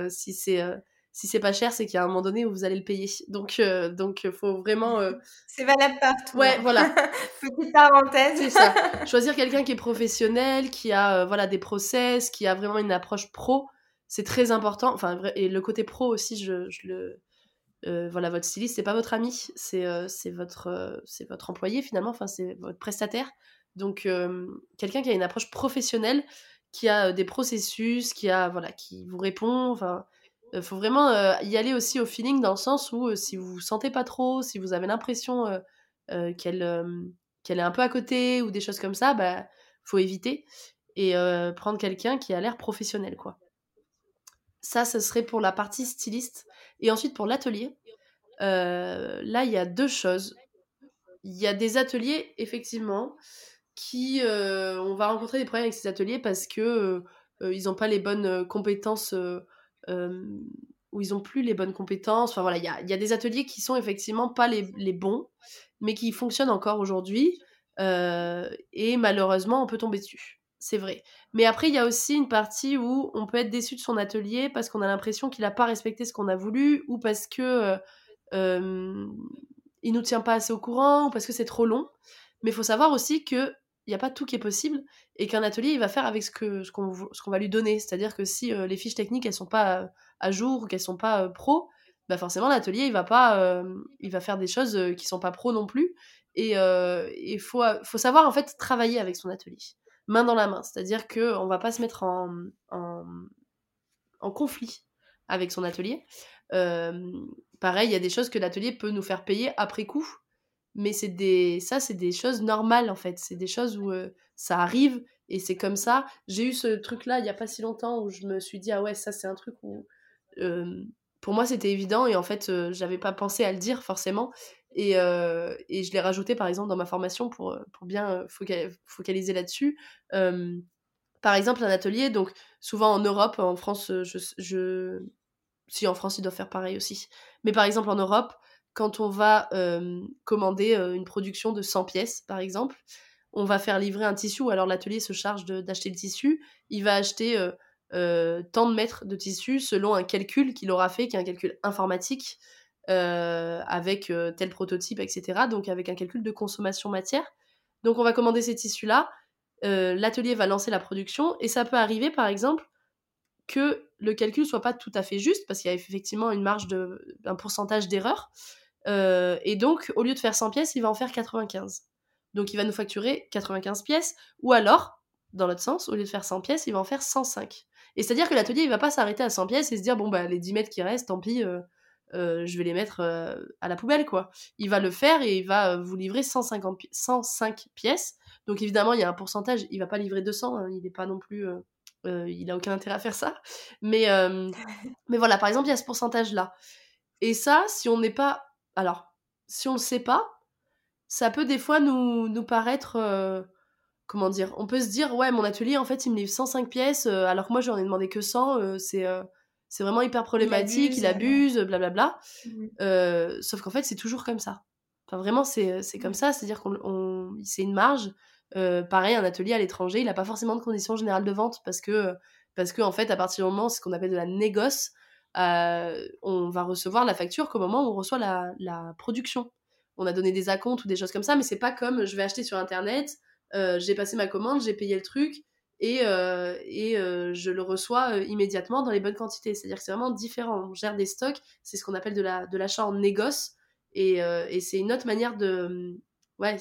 Speaker 2: si c'est pas cher, c'est qu'il y a un moment donné où vous allez le payer. Donc faut vraiment...
Speaker 1: C'est valable partout,
Speaker 2: Ouais,
Speaker 1: hein.
Speaker 2: voilà.
Speaker 1: Petite parenthèse.
Speaker 2: C'est ça. Choisir quelqu'un qui est professionnel, qui a voilà des process, qui a vraiment une approche pro, c'est très important. Enfin, et le côté pro aussi, je le voilà, votre styliste, c'est pas votre ami, c'est votre employé finalement. Enfin, c'est votre prestataire. Donc, quelqu'un qui a une approche professionnelle, qui a des processus, qui vous répond. Enfin, faut vraiment y aller aussi au feeling dans le sens où si vous vous sentez pas trop, si vous avez l'impression euh, qu'elle euh, qu'elle est un peu à côté ou des choses comme ça, bah faut éviter et prendre quelqu'un qui a l'air professionnel, quoi. Ça, ce serait pour la partie styliste. Et ensuite, pour l'atelier, là, il y a deux choses. Il y a des ateliers, effectivement, on va rencontrer des problèmes avec ces ateliers parce que ils n'ont pas les bonnes compétences, euh, ou ils n'ont plus les bonnes compétences. Enfin voilà, il y a des ateliers qui sont effectivement pas les bons, mais qui fonctionnent encore aujourd'hui. Et malheureusement, on peut tomber dessus. C'est vrai. Mais après, il y a aussi une partie où on peut être déçu de son atelier parce qu'on a l'impression qu'il n'a pas respecté ce qu'on a voulu, ou parce que euh, il nous tient pas assez au courant, ou parce que c'est trop long. Mais il faut savoir aussi que il n'y a pas tout qui est possible et qu'un atelier il va faire avec ce qu'on va lui donner. C'est-à-dire que si les fiches techniques elles sont pas à jour ou qu'elles sont pas pro, bah forcément l'atelier il va faire des choses qui sont pas pro non plus. Et il faut savoir en fait travailler avec son atelier, main dans la main. C'est-à-dire que on va pas se mettre en conflit avec son atelier. Euh, Pareil, il y a des choses que l'atelier peut nous faire payer après coup, mais c'est des choses normales en fait. C'est des choses où ça arrive et c'est comme ça. J'ai eu ce truc-là il y a pas si longtemps où je me suis dit ah ouais, ça c'est un truc où euh, pour moi c'était évident et en fait j'avais pas pensé à le dire forcément. Et je l'ai rajouté par exemple dans ma formation pour bien focaliser là-dessus. Euh, Par exemple, un atelier, donc souvent en Europe, en France, si en France ils doivent faire pareil aussi. Mais par exemple en Europe, quand on va commander une production de 100 pièces, par exemple, on va faire livrer un tissu, ou alors l'atelier se charge d'acheter le tissu, il va acheter tant de mètres de tissu selon un calcul qu'il aura fait, qui est un calcul informatique, avec tel prototype, etc. Donc avec un calcul de consommation matière. Donc on va commander ces tissus-là, l'atelier va lancer la production, et ça peut arriver, par exemple, que le calcul soit pas tout à fait juste, parce qu'il y a effectivement une marge un pourcentage d'erreur. Et donc, au lieu de faire 100 pièces, il va en faire 95. Donc, il va nous facturer 95 pièces, ou alors, dans l'autre sens, au lieu de faire 100 pièces, il va en faire 105. Et c'est-à-dire que l'atelier, il va pas s'arrêter à 100 pièces et se dire, bon, bah, les 10 mètres qui restent, tant pis, je vais les mettre à la poubelle, quoi. Il va le faire et il va vous livrer 105 pièces. Donc, évidemment, il y a un pourcentage, il va pas livrer 200, hein, il n'est pas non plus... il a aucun intérêt à faire ça. Mais voilà, par exemple, il y a ce pourcentage-là. Et ça, si on n'est pas... Alors, si on le sait pas, ça peut des fois nous paraître... comment dire ? On peut se dire, ouais, mon atelier, en fait, il me livre 105 pièces, alors que moi, j'en ai demandé que 100. C'est vraiment hyper problématique, il abuse, blablabla. Sauf qu'en fait, c'est toujours comme ça. Enfin, vraiment, c'est comme ça, c'est-à-dire c'est une marge. Pareil, un atelier à l'étranger, il n'a pas forcément de conditions générales de vente parce que, en fait, à partir du moment, c'est ce qu'on appelle de la négoce, on va recevoir la facture qu'au moment où on reçoit la production. On a donné des acomptes ou des choses comme ça, mais c'est pas comme je vais acheter sur Internet, j'ai passé ma commande, j'ai payé le truc et je le reçois immédiatement dans les bonnes quantités. C'est-à-dire que c'est vraiment différent. On gère des stocks, c'est ce qu'on appelle de l'achat en négoce et c'est une autre manière de... Ouais,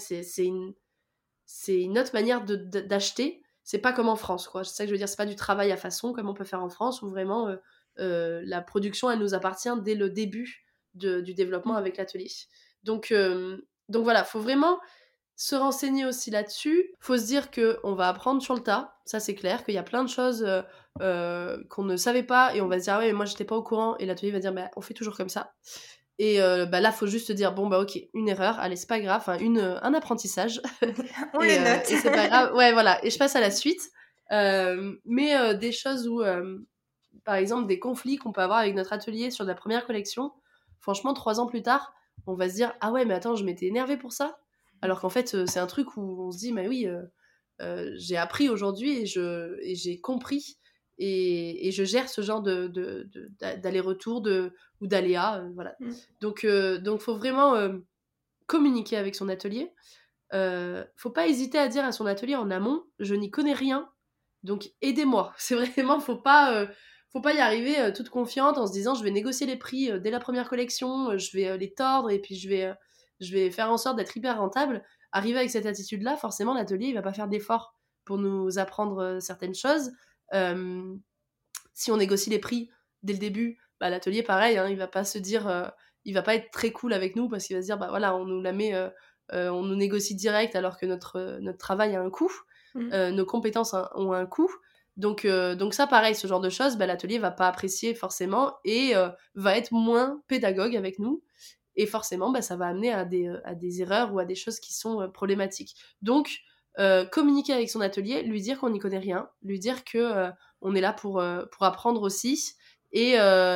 Speaker 2: c'est une autre manière d'acheter. C'est pas comme en France, quoi. C'est ça que je veux dire, c'est pas du travail à façon comme on peut faire en France où vraiment la production, elle nous appartient dès le début du développement avec l'atelier. Donc voilà, faut vraiment se renseigner aussi là-dessus. Faut se dire qu'on va apprendre sur le tas, ça c'est clair, qu'il y a plein de choses qu'on ne savait pas et on va se dire, ah ouais, mais moi j'étais pas au courant, et l'atelier va dire, bah, on fait toujours comme ça. Et là, faut juste dire, bon, bah ok, une erreur, allez, c'est pas grave, un apprentissage.
Speaker 1: On le note.
Speaker 2: Et c'est pas grave, ouais, voilà, et je passe à la suite. Mais des choses où, par exemple, des conflits qu'on peut avoir avec notre atelier sur la première collection, franchement, 3 ans plus tard, on va se dire, ah ouais, mais attends, je m'étais énervée pour ça. Alors qu'en fait, c'est un truc où on se dit, mais oui, j'ai appris aujourd'hui et j'ai compris et je gère ce genre d'aller-retour ou d'aléas, voilà. Donc faut vraiment communiquer avec son atelier. Faut pas hésiter à dire à son atelier en amont, je n'y connais rien, donc aidez-moi. C'est vraiment, faut pas y arriver toute confiante en se disant je vais négocier les prix dès la première collection, je vais les tordre et puis je vais faire en sorte d'être hyper rentable. Arriver avec cette attitude-là, forcément l'atelier il va pas faire d'efforts pour nous apprendre certaines choses. Si on négocie les prix dès le début, bah, l'atelier pareil, hein, il va pas se dire, il va pas être très cool avec nous parce qu'il va se dire bah voilà, on nous la met, on nous négocie direct alors que notre travail a un coût, nos compétences ont un coût. Donc ça pareil, ce genre de choses, bah, l'atelier va pas apprécier forcément et va être moins pédagogue avec nous. Et forcément, bah, ça va amener à des erreurs ou à des choses qui sont problématiques. Donc, communiquer avec son atelier, lui dire qu'on n'y connaît rien, lui dire que on est là pour apprendre aussi, et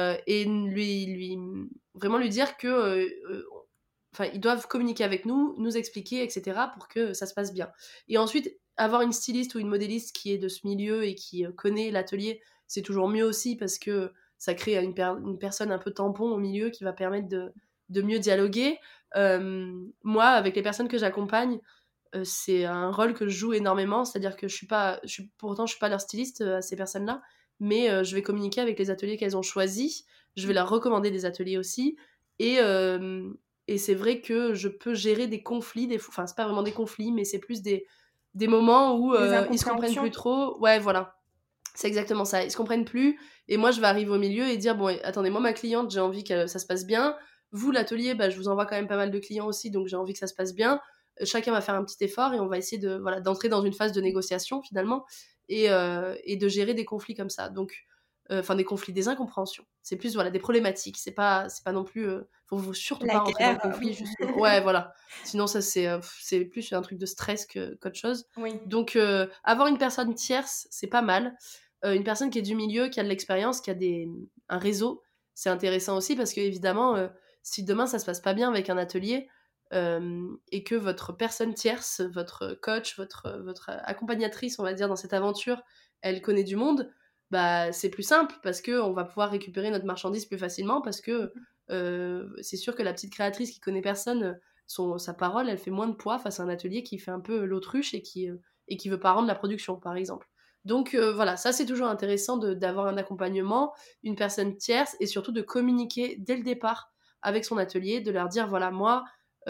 Speaker 2: vraiment lui dire que ils doivent communiquer avec nous, nous expliquer, etc., pour que ça se passe bien. Et ensuite, avoir une styliste ou une modéliste qui est de ce milieu et qui connaît l'atelier, c'est toujours mieux aussi parce que ça crée une personne un peu tampon au milieu qui va permettre de mieux dialoguer. Moi, avec les personnes que j'accompagne, c'est un rôle que je joue énormément, c'est-à-dire que pourtant je suis pas leur styliste à ces personnes-là, mais je vais communiquer avec les ateliers qu'elles ont choisis, je vais leur recommander des ateliers aussi, et, et c'est vrai que je peux gérer des conflits, enfin c'est pas vraiment des conflits, mais c'est plus des moments où ils se comprennent plus trop, ouais voilà, c'est exactement ça, ils se comprennent plus, et moi je vais arriver au milieu et dire, bon attendez, moi ma cliente j'ai envie que ça se passe bien, vous l'atelier, bah, je vous envoie quand même pas mal de clients aussi, donc j'ai envie que ça se passe bien, chacun va faire un petit effort et on va essayer d'entrer dans une phase de négociation finalement et de gérer des conflits comme ça. Donc, des conflits, des incompréhensions. C'est plus des problématiques. C'est pas non plus. Faut surtout pas rentrer dans le conflit. Justement. Ouais, voilà. Sinon, ça c'est plus un truc de stress qu'autre chose.
Speaker 1: Oui.
Speaker 2: Donc, avoir une personne tierce, c'est pas mal. Une personne qui est du milieu, qui a de l'expérience, qui a un réseau, c'est intéressant aussi parce que évidemment, si demain ça se passe pas bien avec un atelier, et que votre personne tierce, votre coach, votre accompagnatrice, on va dire, dans cette aventure, elle connaît du monde, bah c'est plus simple parce qu'on va pouvoir récupérer notre marchandise plus facilement parce que c'est sûr que la petite créatrice qui connaît personne, sa parole, elle fait moins de poids face à un atelier qui fait un peu l'autruche et qui veut pas rendre la production, par exemple. Donc voilà, ça c'est toujours intéressant d'avoir un accompagnement, une personne tierce et surtout de communiquer dès le départ avec son atelier, de leur dire voilà, moi,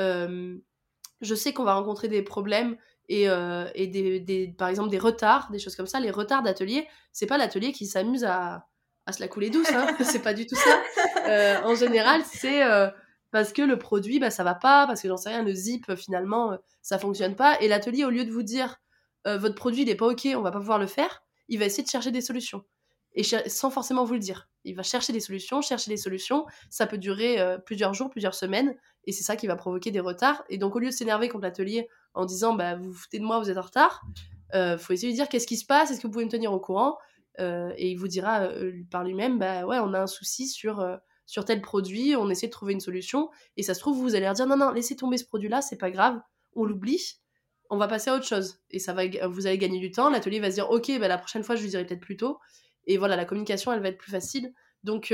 Speaker 2: je sais qu'on va rencontrer des problèmes et par exemple des retards, des choses comme ça. Les retards d'atelier, c'est pas l'atelier qui s'amuse à se la couler douce, hein. C'est pas du tout ça. En général, c'est parce que le produit, bah, ça va pas, parce que j'en sais rien, le zip, finalement, ça fonctionne pas. Et l'atelier, au lieu de vous dire votre produit, il est pas ok, on va pas pouvoir le faire, il va essayer de chercher des solutions. et sans forcément vous le dire. Il va chercher des solutions, ça peut durer plusieurs jours, plusieurs semaines, et c'est ça qui va provoquer des retards. Et donc au lieu de s'énerver contre l'atelier en disant vous vous foutez de moi, vous êtes en retard, faut essayer de dire qu'est-ce qui se passe, est-ce que vous pouvez me tenir au courant, et il vous dira par lui-même ouais, on a un souci sur tel produit, on essaie de trouver une solution, et ça se trouve vous allez leur dire non, laissez tomber ce produit là, c'est pas grave, on l'oublie, on va passer à autre chose, et vous allez gagner du temps, l'atelier va se dire ok, la prochaine fois je lui dirai peut-être plus tôt, et voilà, la communication elle va être plus facile. Donc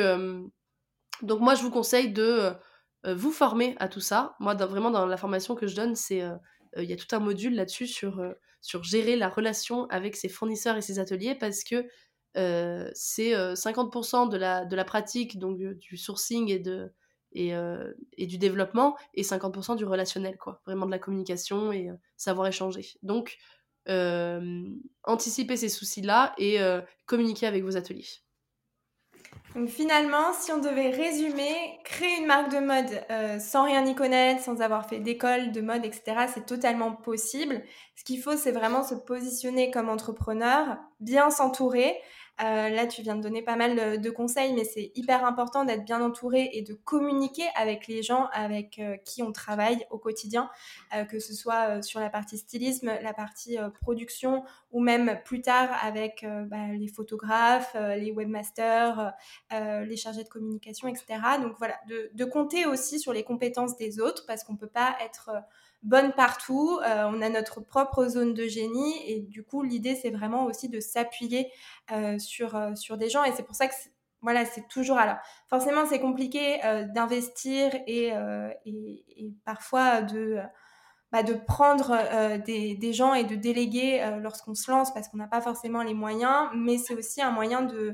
Speaker 2: moi je vous conseille de vous former à tout ça. Moi vraiment dans la formation que je donne, c'est il y a tout un module là-dessus sur gérer la relation avec ses fournisseurs et ses ateliers, parce que c'est 50% de la pratique, donc du sourcing et du développement, et 50% du relationnel, quoi. Vraiment de la communication et savoir échanger. Donc, anticiper ces soucis-là et communiquer avec vos ateliers.
Speaker 1: Donc finalement, si on devait résumer, créer une marque de mode sans rien y connaître, sans avoir fait d'école de mode, etc., c'est totalement possible. Ce qu'il faut, c'est vraiment se positionner comme entrepreneur, bien s'entourer. Là, tu viens de donner pas mal de conseils, mais c'est hyper important d'être bien entouré et de communiquer avec les gens avec qui on travaille au quotidien, que ce soit sur la partie stylisme, la partie production, ou même plus tard avec les photographes, les webmasters, les chargés de communication, etc. Donc voilà, de compter aussi sur les compétences des autres, parce qu'on ne peut pas être bonne partout. On a notre propre zone de génie, et du coup, l'idée, c'est vraiment aussi de s'appuyer sur des gens. Et c'est pour ça que voilà, c'est toujours... Alors, forcément, c'est compliqué d'investir et parfois de prendre des gens et de déléguer lorsqu'on se lance, parce qu'on n'a pas forcément les moyens, mais c'est aussi un moyen de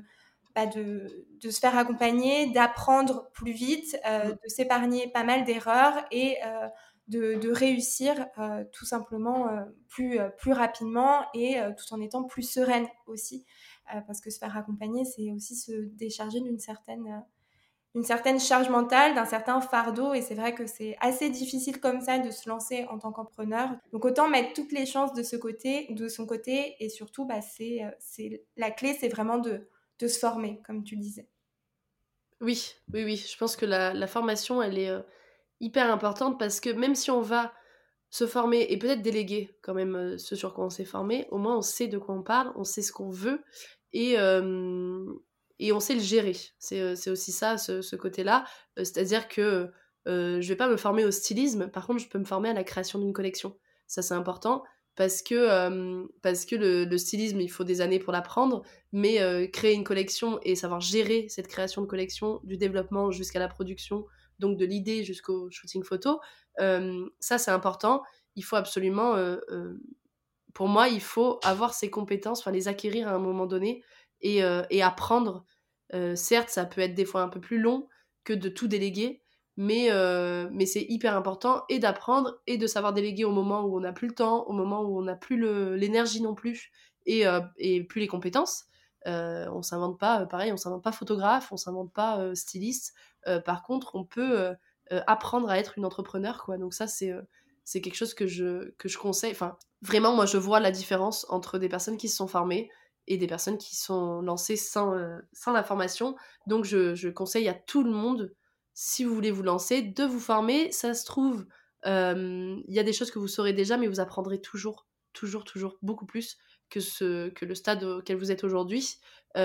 Speaker 1: se faire accompagner, d'apprendre plus vite, de s'épargner pas mal d'erreurs et de réussir tout simplement plus rapidement, et tout en étant plus sereine aussi. Parce que se faire accompagner, c'est aussi se décharger d'une certaine charge mentale, d'un certain fardeau, et c'est vrai que c'est assez difficile comme ça de se lancer en tant qu'entrepreneur. Donc autant mettre toutes les chances de son côté, et surtout, c'est la clé, c'est vraiment de se former, comme tu le disais.
Speaker 2: Oui, je pense que la formation, elle est hyper importante, parce que même si on va se former et peut-être déléguer quand même ce sur quoi on s'est formé, au moins on sait de quoi on parle, on sait ce qu'on veut, et, et on sait le gérer. C'est aussi ça, ce côté-là. C'est-à-dire que je vais pas me former au stylisme, par contre je peux me former à la création d'une collection. Ça c'est important, parce que le stylisme, il faut des années pour l'apprendre, mais créer une collection et savoir gérer cette création de collection, du développement jusqu'à la production, donc de l'idée jusqu'au shooting photo, ça c'est important. Il faut absolument, pour moi, il faut avoir ces compétences, enfin les acquérir à un moment donné, et apprendre. Certes, ça peut être des fois un peu plus long que de tout déléguer, mais c'est hyper important, et d'apprendre et de savoir déléguer au moment où on n'a plus le temps, au moment où on n'a plus l'énergie non plus, et plus les compétences. On s'invente pas, pareil, on s'invente pas photographe, on s'invente pas styliste. Par contre, on peut apprendre à être une entrepreneur, quoi. Donc ça, c'est quelque chose que je conseille. Enfin, vraiment, moi, je vois la différence entre des personnes qui se sont formées et des personnes qui sont lancées sans la formation. Donc, je conseille à tout le monde, si vous voulez vous lancer, de vous former. Ça se trouve, il y a des choses que vous saurez déjà, mais vous apprendrez toujours, toujours, toujours beaucoup plus que le stade auquel vous êtes aujourd'hui.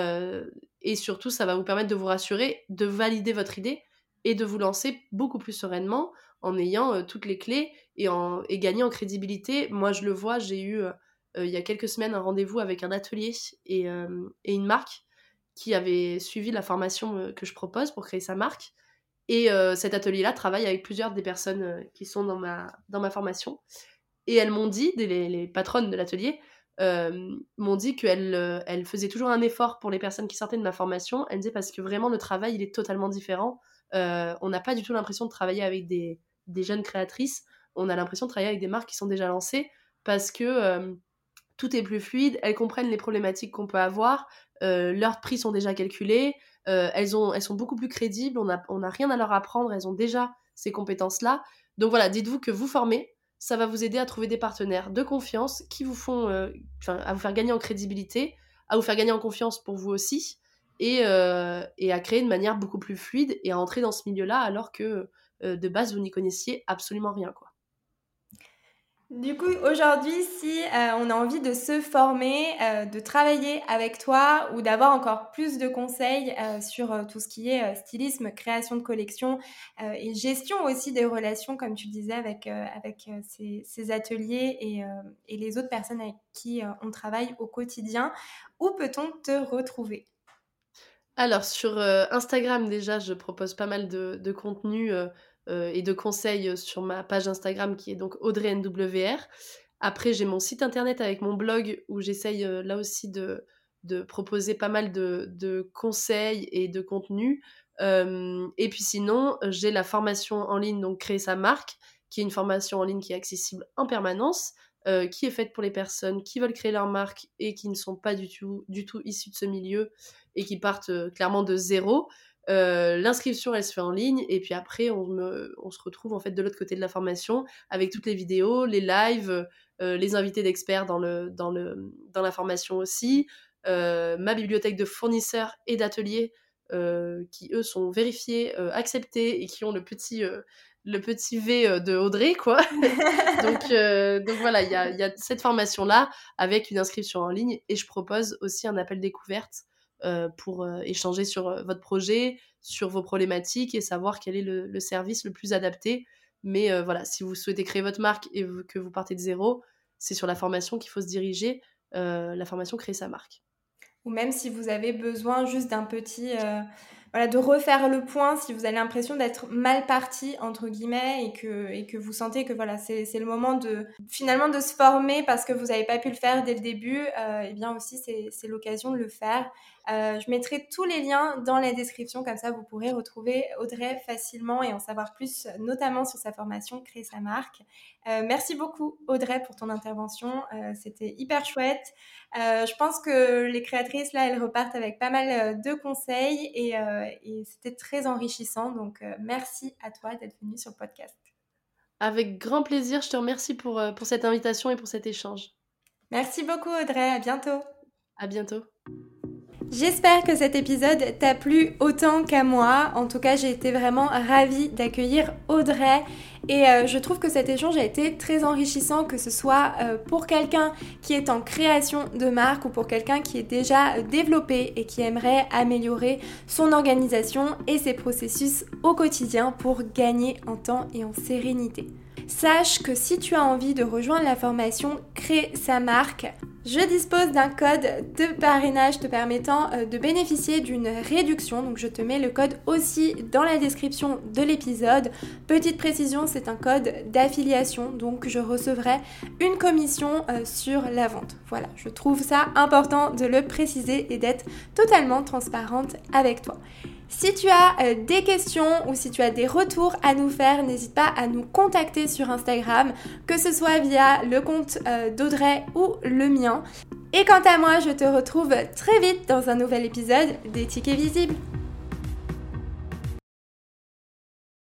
Speaker 2: Et surtout, ça va vous permettre de vous rassurer, de valider votre idée et de vous lancer beaucoup plus sereinement, en ayant toutes les clés, et gagner en crédibilité. Moi, je le vois, j'ai eu il y a quelques semaines un rendez-vous avec un atelier et une marque qui avait suivi la formation que je propose pour créer sa marque. Et cet atelier-là travaille avec plusieurs des personnes qui sont dans ma formation. Et elles m'ont dit, les patronnes de l'atelier, m'ont dit qu'elles faisaient toujours un effort pour les personnes qui sortaient de ma formation. Elles disaient parce que vraiment le travail, il est totalement différent. On n'a pas du tout l'impression de travailler avec des jeunes créatrices. On a l'impression de travailler avec des marques qui sont déjà lancées, parce que tout est plus fluide, elles comprennent les problématiques qu'on peut avoir, leurs prix sont déjà calculés, elles sont beaucoup plus crédibles, on n'a rien à leur apprendre, elles ont déjà ces compétences-là. Donc voilà, dites-vous que vous formez, ça va vous aider à trouver des partenaires de confiance qui vous font, à vous faire gagner en crédibilité, à vous faire gagner en confiance pour vous aussi, et à créer de manière beaucoup plus fluide et à entrer dans ce milieu-là alors que de base, vous n'y connaissiez absolument rien, quoi.
Speaker 1: Du coup, aujourd'hui, si on a envie de se former, de travailler avec toi ou d'avoir encore plus de conseils sur tout ce qui est stylisme, création de collection et gestion aussi des relations, comme tu disais, avec ces ateliers et les autres personnes avec qui on travaille au quotidien, où peut-on te retrouver ?
Speaker 2: Alors sur, Instagram déjà, je propose pas mal de contenu, et de conseils, sur ma page Instagram qui est donc Audrey NWR. Après j'ai mon site internet avec mon blog où j'essaye, là aussi de proposer pas mal de conseils et de contenus. Et puis sinon, j'ai la formation en ligne donc Créer sa marque, qui est une formation en ligne qui est accessible en permanence, qui est faite pour les personnes qui veulent créer leur marque et qui ne sont pas du tout issues de ce milieu et qui partent clairement de zéro. L'inscription, elle se fait en ligne et puis après, on se retrouve en fait de l'autre côté de la formation avec toutes les vidéos, les lives, les invités d'experts dans la formation aussi, ma bibliothèque de fournisseurs et d'ateliers qui, eux, sont vérifiés, acceptés et qui ont le petit V de Audrey, quoi. donc voilà, il y a cette formation-là avec une inscription en ligne et je propose aussi un appel découverte pour échanger sur votre projet, sur vos problématiques et savoir quel est le service le plus adapté. Mais voilà, si vous souhaitez créer votre marque et que vous partez de zéro, c'est sur la formation qu'il faut se diriger, la formation Créer sa marque.
Speaker 1: Ou même si vous avez besoin juste d'un petit... voilà, de refaire le point si vous avez l'impression d'être mal parti, entre guillemets, et que vous sentez que voilà, c'est le moment finalement de se former parce que vous n'avez pas pu le faire dès le début, et bien aussi c'est l'occasion de le faire. Je mettrai tous les liens dans la description, comme ça vous pourrez retrouver Audrey facilement et en savoir plus, notamment sur sa formation Créer sa marque. Merci beaucoup Audrey pour ton intervention, c'était hyper chouette. Je pense que les créatrices là, elles repartent avec pas mal de conseils et c'était très enrichissant. Donc merci à toi d'être venue sur le podcast.
Speaker 2: Avec grand plaisir, je te remercie pour cette invitation et pour cet échange.
Speaker 1: Merci beaucoup Audrey, à bientôt.
Speaker 2: À bientôt.
Speaker 1: J'espère que cet épisode t'a plu autant qu'à moi. En tout cas, j'ai été vraiment ravie d'accueillir Audrey et je trouve que cet échange a été très enrichissant, que ce soit pour quelqu'un qui est en création de marque ou pour quelqu'un qui est déjà développé et qui aimerait améliorer son organisation et ses processus au quotidien pour gagner en temps et en sérénité. Sache que si tu as envie de rejoindre la formation Créer sa marque, je dispose d'un code de parrainage te permettant de bénéficier d'une réduction. Donc je te mets le code aussi dans la description de l'épisode. Petite précision, c'est un code d'affiliation, donc je recevrai une commission sur la vente. Voilà, je trouve ça important de le préciser et d'être totalement transparente avec toi. Si tu as des questions ou si tu as des retours à nous faire, n'hésite pas à nous contacter sur Instagram, que ce soit via le compte d'Audrey ou le mien. Et quant à moi, je te retrouve très vite dans un nouvel épisode d'Éthique et Visible.